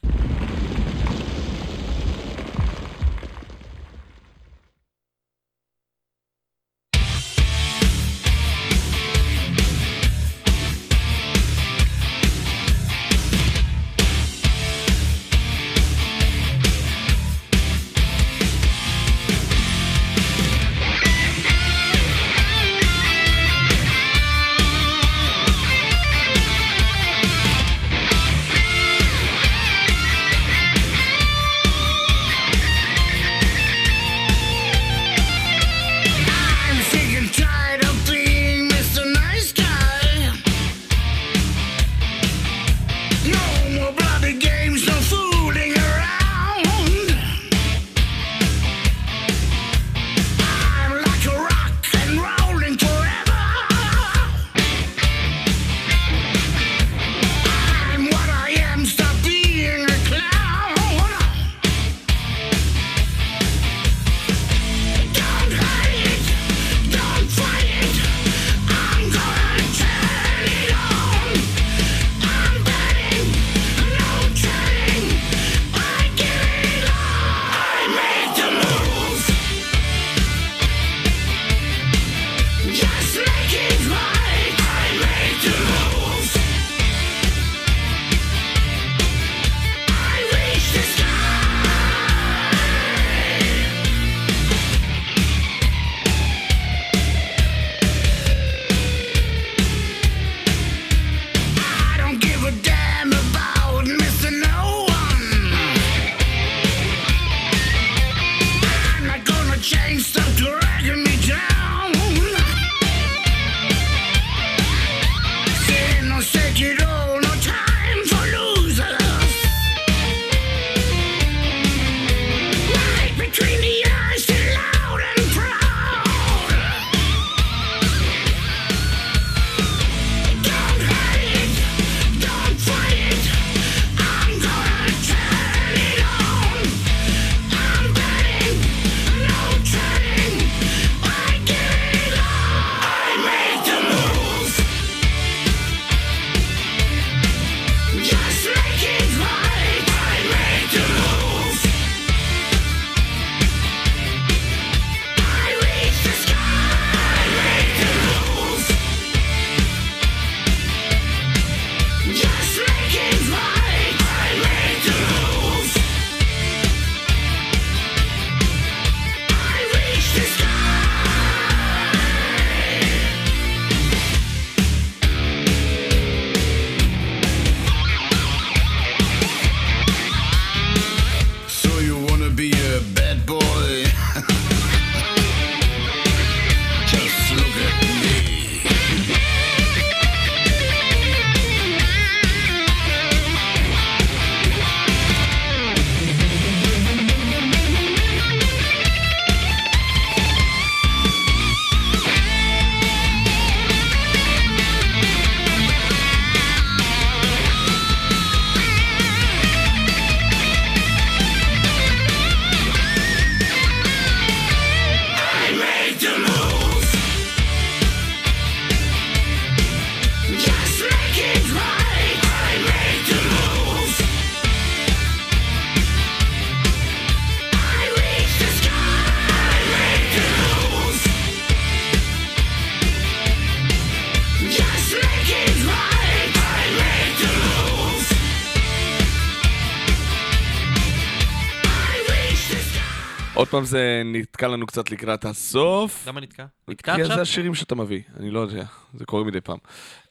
עוד פעם זה נתקע לנו קצת לקראת הסוף. למה נתקע? נתקע עכשיו? זה השירים שאתה מביא, אני לא יודע, זה קורה מדי פעם.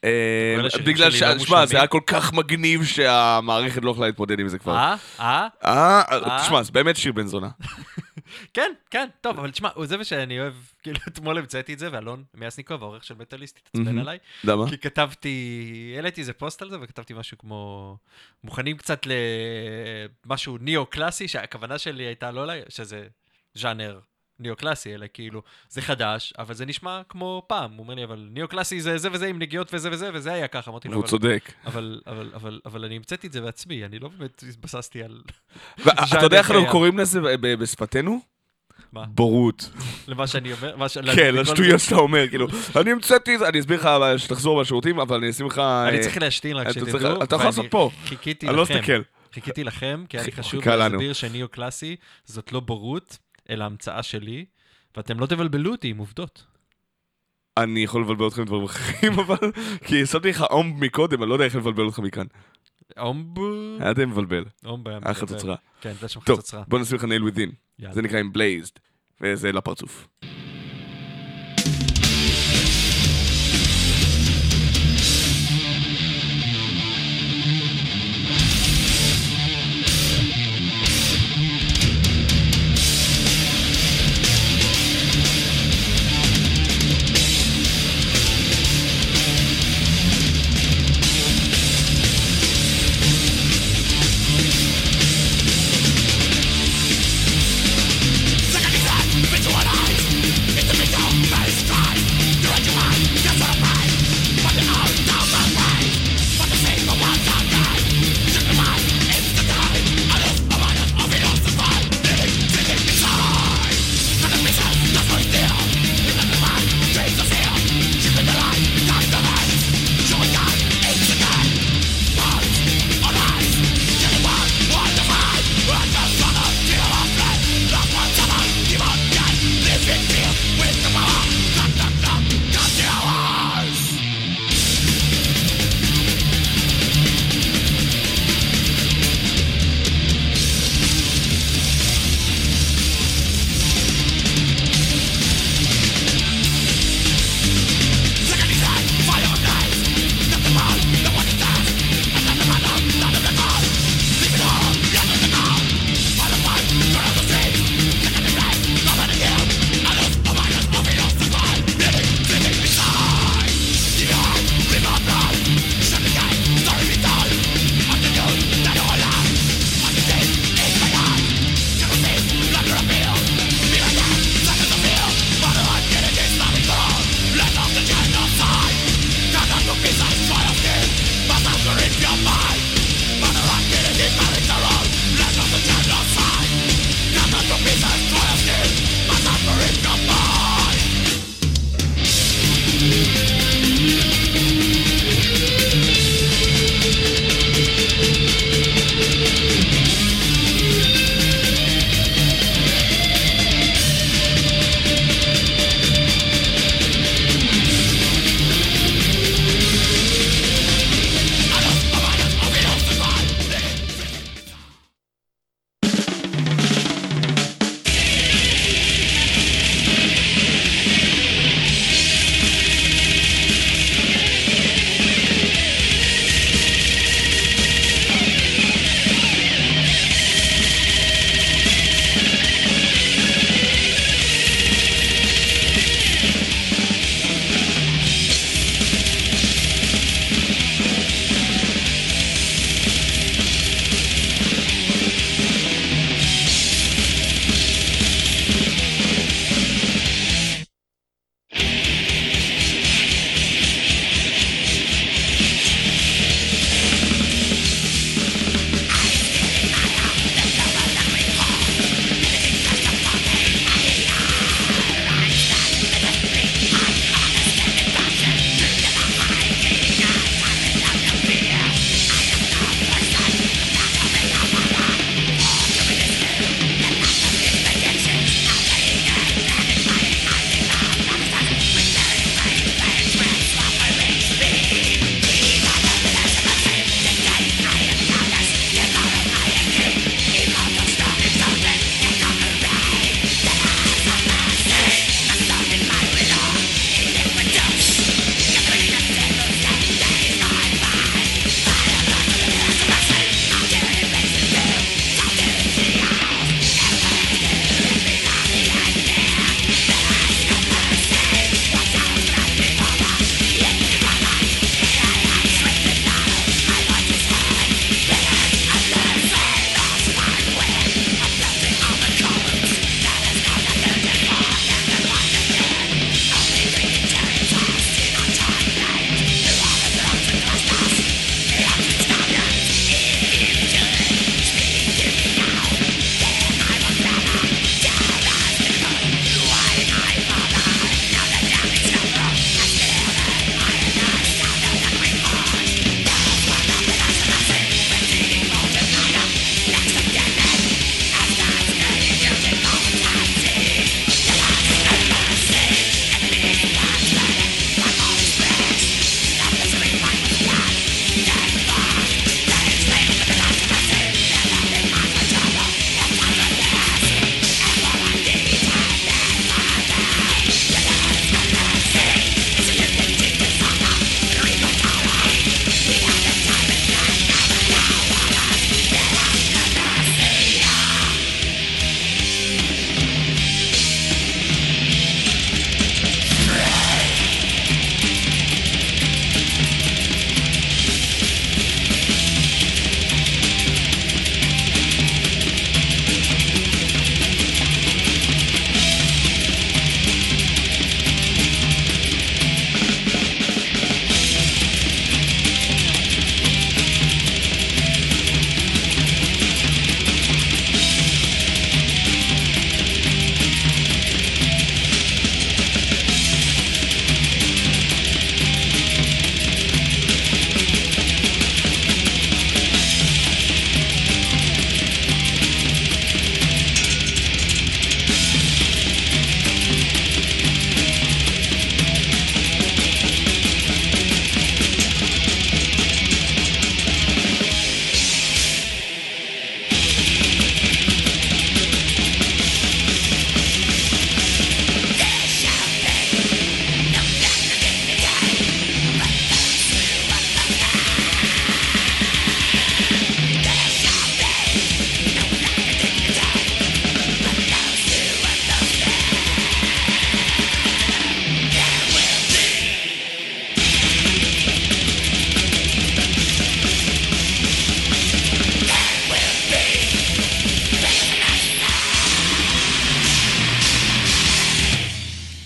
בגלל ששמע, זה היה כל כך מגניב שהמערכת לא יכולה להתמודד עם זה כבר. תשמע, זה באמת שיר בן זונה. כן, כן, טוב, אבל תשמע, זה מה שאני אוהב, כאילו אתמול המצאתי את זה, ואלון מיאסניקוב, העורך של מטאליסט, התעצבן עליי. למה? כי כתבתי, העליתי איזה פוסט על זה, וכתבתי משהו כמו, מוכנים קצת למשהו ניאו-קלאסי, שהכוונה שלי הייתה לא, שזה ז'אנר ניאו-קלאסי, אלא כאילו, זה חדש, אבל זה נשמע כמו פעם. הוא אומר לי, אבל ניאו-קלאסי זה זה וזה עם נגיעות וזה וזה, וזה היה ככה. אמרתי לו, והוא צודק. אבל אני המצאתי את זה בעצמי, אני לא באמת התבססתי על... אתה יודע איך אנחנו קוראים לזה בשפתנו? מה? בורות. למה שאני אומר? כן, לשטויות שאתה אומר, כאילו, אני המצאתי את זה, אני אסביר לך שתחזור בשירותים, אבל אני אשים לך... אני צריך להשתין רק שתדעו, אתה יכול לעשות פה. אני לא אסתכל. חיכיתי לכם, כי אני חשוב להסביר שניאו-קלאסי זאת לא בורות, אלא המצאה שלי, ואתם לא תבלבלו אותי עם עובדות. אני יכול לבלבל אתכם דברים אחרים, אבל... כי שמתי לך אומב מקודם, אני לא יודע איך לבלבל אותך מכאן. אומב... היה די מבלבל. אומב היה מבלבל. חצוצרה. כן, זה שם חצוצרה. טוב, בוא נשים לך נייל ווידין. זה נקרא עם בלייזד, וזה לפרצוף. Visualize, it's the middle, face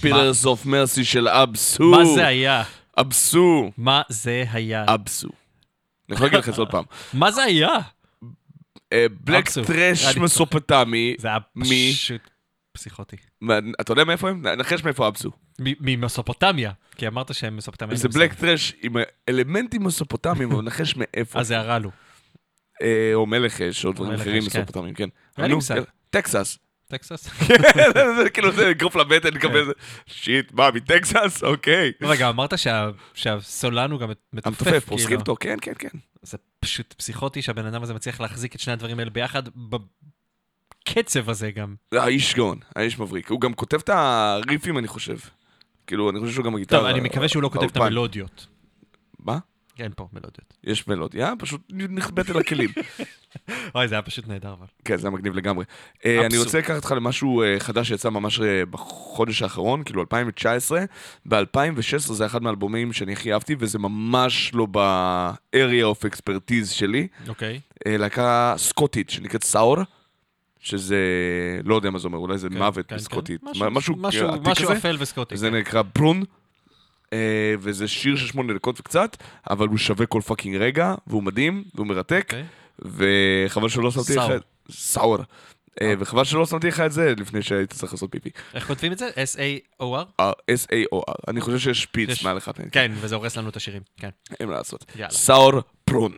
Pillars of Mercy של אבסו. מה זה היה? אבסו. מה זה היה? אבסו. אני יכול להגיד לך את זה עוד פעם. מה זה היה? בלק טרש מסופוטמי. זה היה פשוט פסיכוטי. אתה יודע מאיפה הם? נחש מאיפה אבסו. ממסופוטמיה, כי אמרת שהם מסופוטמיה. זה בלק טרש עם אלמנטים מסופוטמיים, אבל נחש מאיפה. אז זה הרלו. או מלך אש, או דברים אחרים מסופוטמיים, כן. טקסס. טקסס? זה כאילו זה גרוף לבטן, לקבל זה. שיט, מה, מטקסס? אוקיי. רגע, אמרת שהסולן הוא גם מתופף. המתופף, פוסחים אותו, כן, כן, כן. זה פשוט פסיכוטי שהבן אדם הזה מצליח להחזיק את שני הדברים האלה ביחד בקצב הזה גם. האיש גאון, האיש מבריק. הוא גם כותב את הריפים, אני חושב. כאילו, אני חושב שהוא גם הגיטרה. טוב, אני מקווה שהוא לא כותב את המלודיות. מה? אין פה מלודיות. יש מלודיה, פשוט נחבאת אל הכלים. אוי, זה היה פשוט נהדר, אבל. כן, זה היה מגניב לגמרי. אני רוצה לקחת אותך למשהו חדש שיצא ממש בחודש האחרון, כאילו 2019. ב-2016 זה אחד מהאלבומים שאני הכי אהבתי, וזה ממש לא ב-area of expertise שלי. אוקיי. להקה סקוטית, שנקראת סאור, שזה, לא יודע מה זה אומר, אולי זה מוות בסקוטית. משהו אפל וסקוטי. זה נקרא ברון. וזה שיר של 8 דקות וקצת, אבל הוא שווה כל פאקינג רגע, והוא מדהים, והוא מרתק, וחבל שלא שמתי לך... סאור. וחבל שלא שמתי לך את זה לפני שהיית צריך לעשות פיפי. איך כותבים את זה? S-A-O-R? S-A-O-R. אני חושב שיש שפיץ מעל אחד. כן, וזה הורס לנו את השירים. כן. אין מה לעשות. סאור ברון.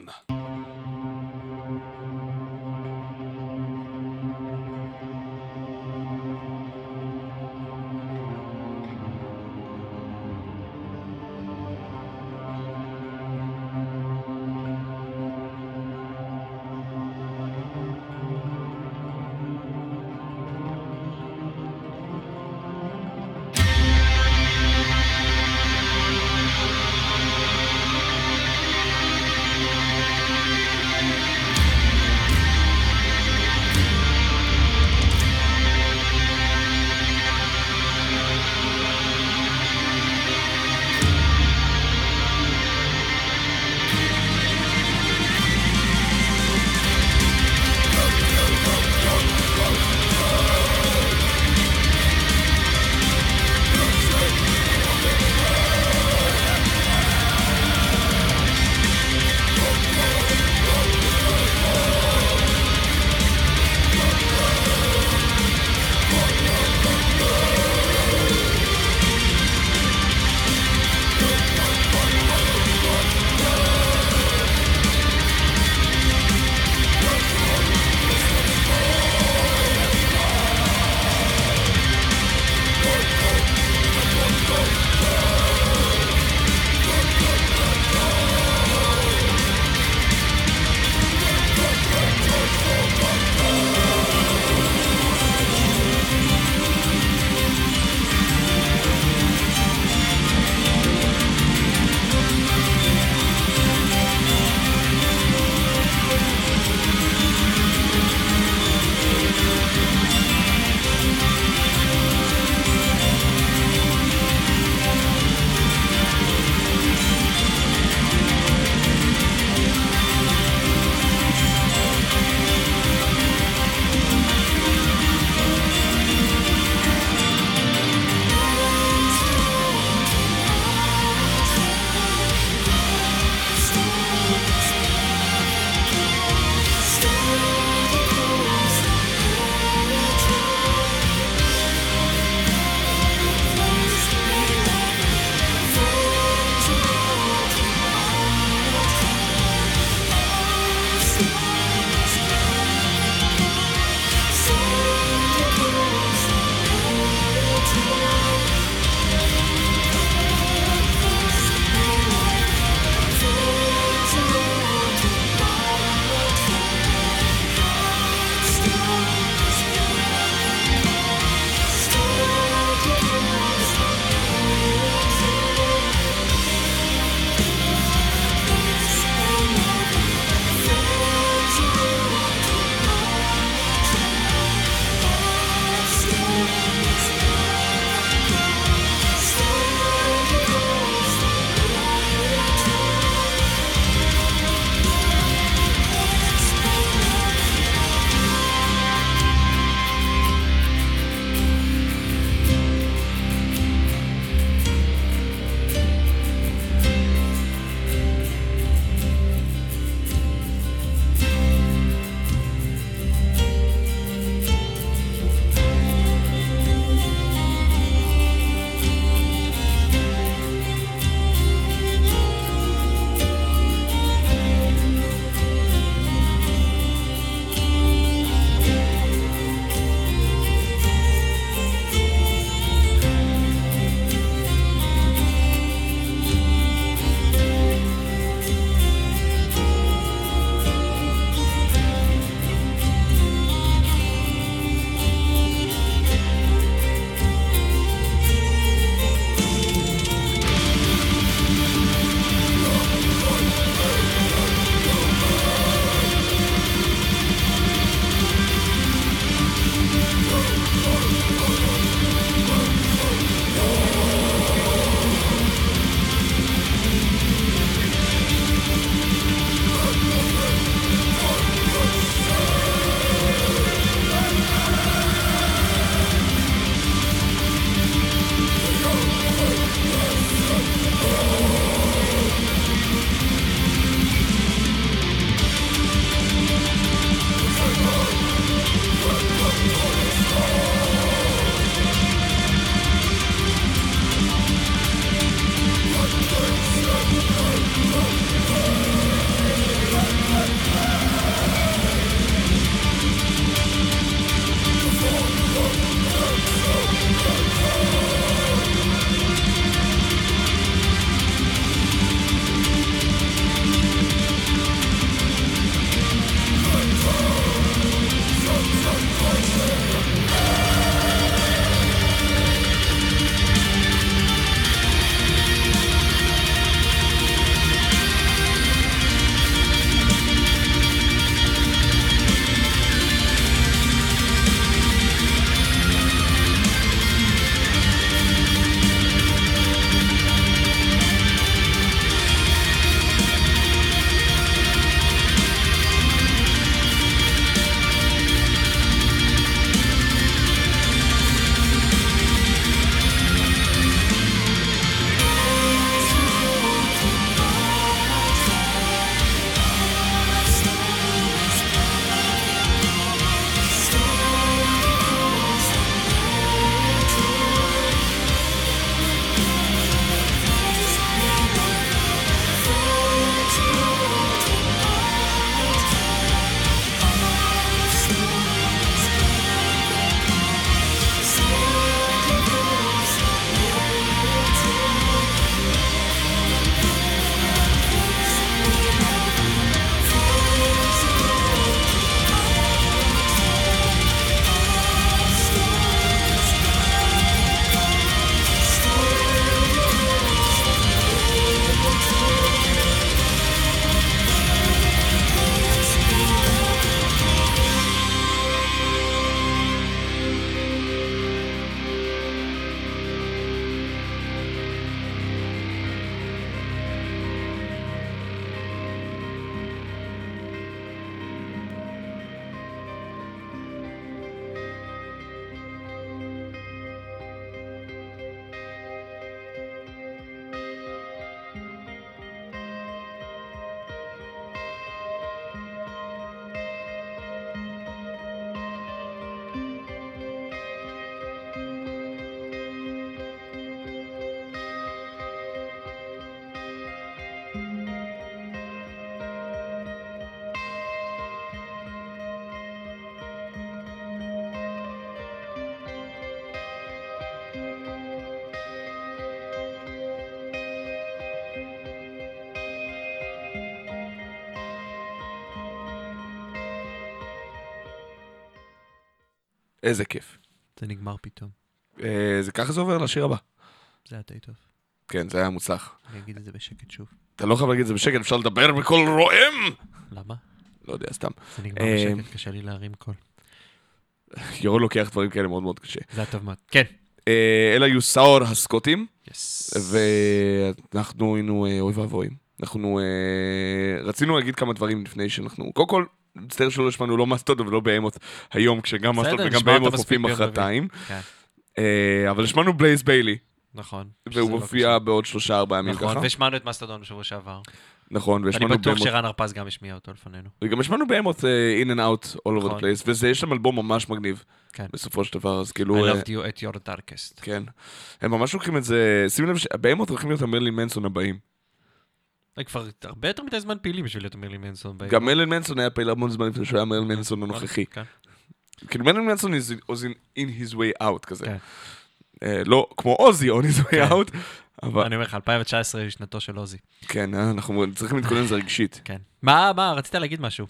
איזה כיף. זה נגמר פתאום. זה ככה זה עובר לשיר הבא. זה היה די טוב. כן, זה היה מוצלח. אני אגיד את זה בשקט שוב. אתה לא חייב להגיד את זה בשקט, אפשר לדבר בקול רועם! למה? לא יודע, סתם. זה נגמר בשקט, קשה לי להרים קול. ירון לוקח דברים כאלה מאוד מאוד קשה. זה היה טוב מאוד. כן. אלה היו סאור הסקוטים, יס. ואנחנו היינו אוי ואבויים. אנחנו רצינו להגיד כמה דברים לפני שאנחנו... קודם כל, מצטער שלא השמענו לא מאסטודון ולא בהמות היום, כשגם מאסטודון וגם בהמות מופיעים מחרתיים. אבל השמענו בלייז ביילי. נכון. והוא מופיע בעוד 3-4 ימים ככה. נכון, והשמענו את מאסטודון בשבוע שעבר. נכון, ואני בטוח שרן הרפז גם השמיע אותו לפנינו. וגם השמענו בהמות in and out all over the place, וזה יש להם אלבום ממש מגניב. כן. בסופו של דבר, אז כאילו... I loved you at your darkest. כן. הם ממש לוקחים את זה... שימו לב שבהמות הולכים להיות המרלין מנסון הבאים. כבר הרבה יותר מדי זמן פעילים בשביל להיות מרלין מנסון הבאים. גם מרלין מנסון היה פעיל המון זמן לפני שהוא היה מרלין מנסון הנוכחי. כאילו מרלין מנסון was in his way out כזה. לא כמו אוזי on his way out. אני אומר לך, 2019 היא שנתו של אוזי. כן, אנחנו צריכים להתכונן לזה רגשית. כן. מה? רצית להגיד משהו?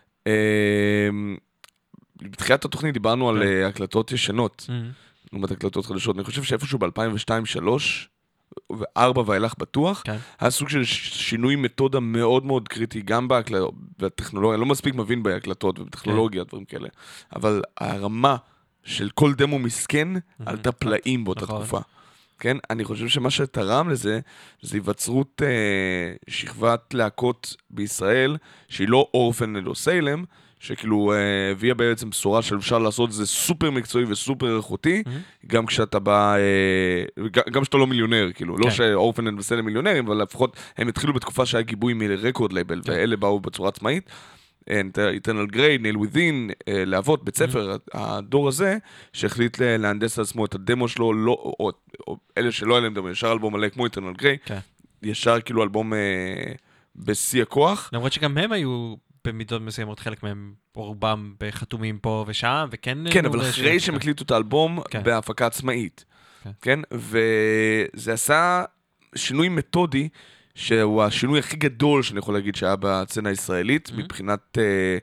בתחילת התוכנית דיברנו על הקלטות ישנות. לעומת הקלטות חדשות. אני חושב שאיפשהו ב-2002-2003 ו-2004 ואילך בטוח, היה סוג של שינוי מתודה מאוד מאוד קריטי, גם בטכנולוגיה, אני לא מספיק מבין בהקלטות ובטכנולוגיה, דברים כאלה, אבל הרמה של כל דמו מסכן עלתה פלאים באותה תקופה. כן? אני חושב שמה שתרם לזה, זה היווצרות שכבת להקות בישראל, שהיא לא אורפן אלא סיילם, שכאילו הביאה בעצם בשורה שאפשר לעשות את זה סופר מקצועי וסופר איכותי, גם כשאתה בא, גם כשאתה לא מיליונר, כאילו, לא שאורפן אלא סיילם מיליונרים, אבל לפחות הם התחילו בתקופה שהיה גיבוי מרקורד לייבל, ואלה באו בצורה עצמאית, Eternal Grey, Nail Within, להוות, בית ספר, הדור הזה, שהחליט להנדס לעצמו את הדמו שלו, או אלה שלא היה להם דמו, ישר אלבום מלא כמו Eternal Grey, ישר כאילו אלבום בשיא הכוח. למרות שגם הם היו במידות מסוימות, חלק מהם רובם בחתומים פה ושם, וכן... כן, אבל אחרי שהם הקליטו את האלבום בהפקה עצמאית, כן? וזה עשה שינוי מתודי, שהוא השינוי הכי גדול שאני יכול להגיד שהיה בצנה הישראלית, מבחינת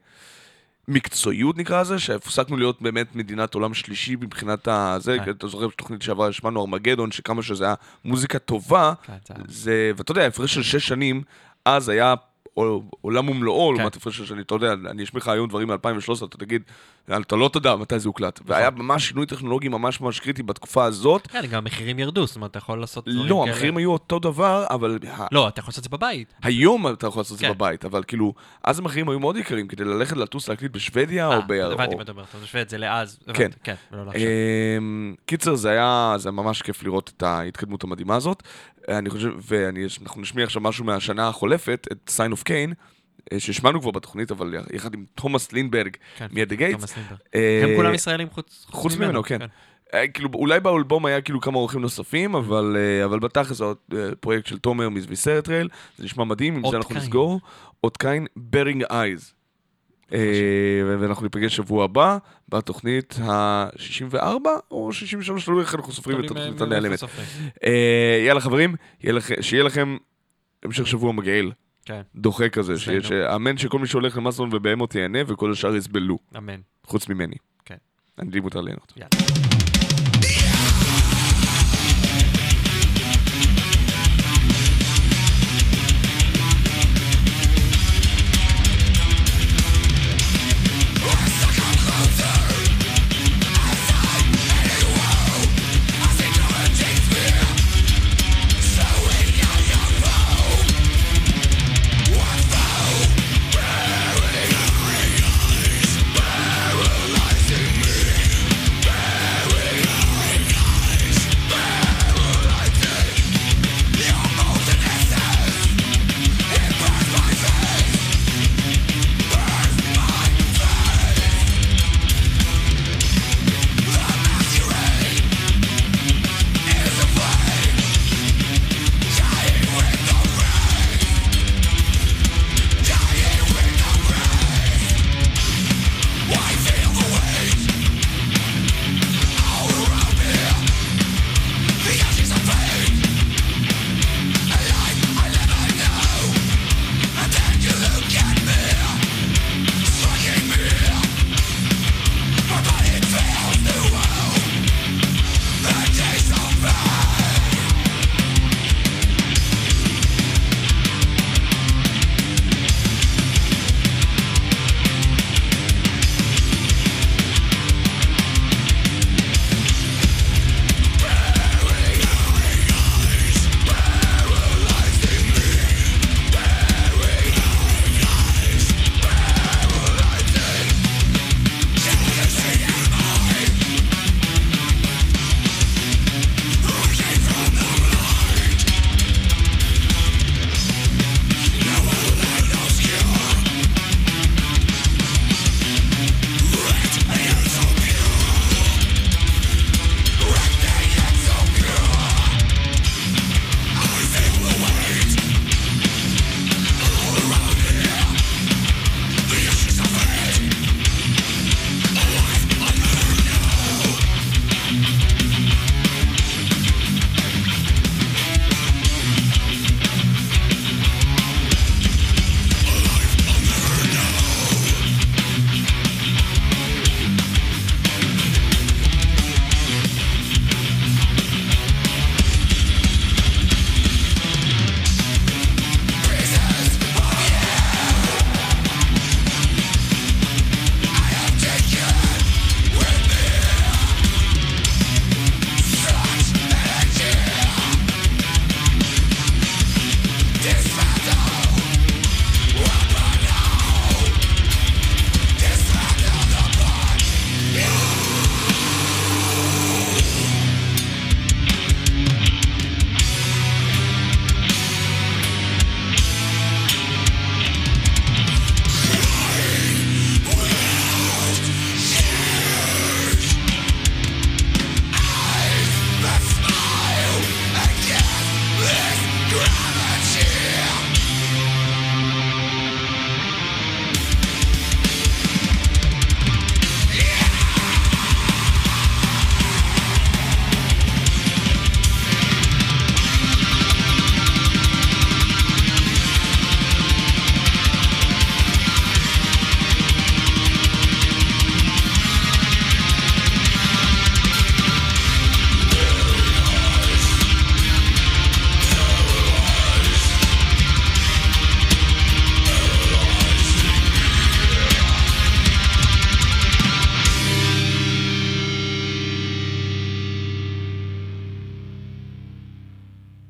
מקצועיות נקרא לזה, שהפסקנו להיות באמת מדינת עולם שלישי מבחינת הזה, אתה זוכר בתוכנית שעברה, שמענו ארמגדון, שכמה שזה היה מוזיקה טובה, ואתה יודע, הפרש של 6 שנים, אז היה עולם ומלואו, לעומת הפרש של שנים, אתה יודע, אני אשמיע לך היום דברים מ-2013, אתה תגיד, אתה לא תדע מתי זה הוקלט, והיה ממש שינוי טכנולוגי ממש ממש קריטי בתקופה הזאת. כן, גם המחירים ירדו, זאת אומרת, אתה יכול לעשות... לא, המחירים היו אותו דבר, אבל... לא, אתה יכול לעשות את זה בבית. היום אתה יכול לעשות את זה בבית, אבל כאילו, אז המחירים היו מאוד יקרים, כדי ללכת לטוס להקליט בשוודיה או... הבנתי מה אתה אומר, אתה משווה את זה לאז. כן, ולא לעכשיו. קיצר, זה היה ממש כיף לראות את ההתקדמות המדהימה הזאת. אני חושב, ואנחנו נשמיע עכשיו משהו מהשנה החולפת, את Sign of Cain, ששמענו כבר בתוכנית, אבל יחד עם תומאס לינברג מ-The Gates. הם כולם ישראלים חוץ ממנו, כן. כאילו, אולי באלבום היה כאילו כמה אורחים נוספים, אבל בתכלס זה פרויקט של תומר מזוויסרטרייל, זה נשמע מדהים, עם זה אנחנו נסגור. עוד קיין, Bearing Eyes. ואנחנו ניפגש שבוע הבא, בתוכנית ה-64 או 63, תלוי איך אנחנו סופרים את התוכנית הנעלמת. יאללה חברים, שיהיה לכם המשך שבוע מגעיל. דוחה כזה, שאמן שכל מי שהולך למאסטרון ובהמות יענה, וכל השאר יסבלו. אמן. חוץ ממני. כן. אני די מותר ליהנות. יאללה.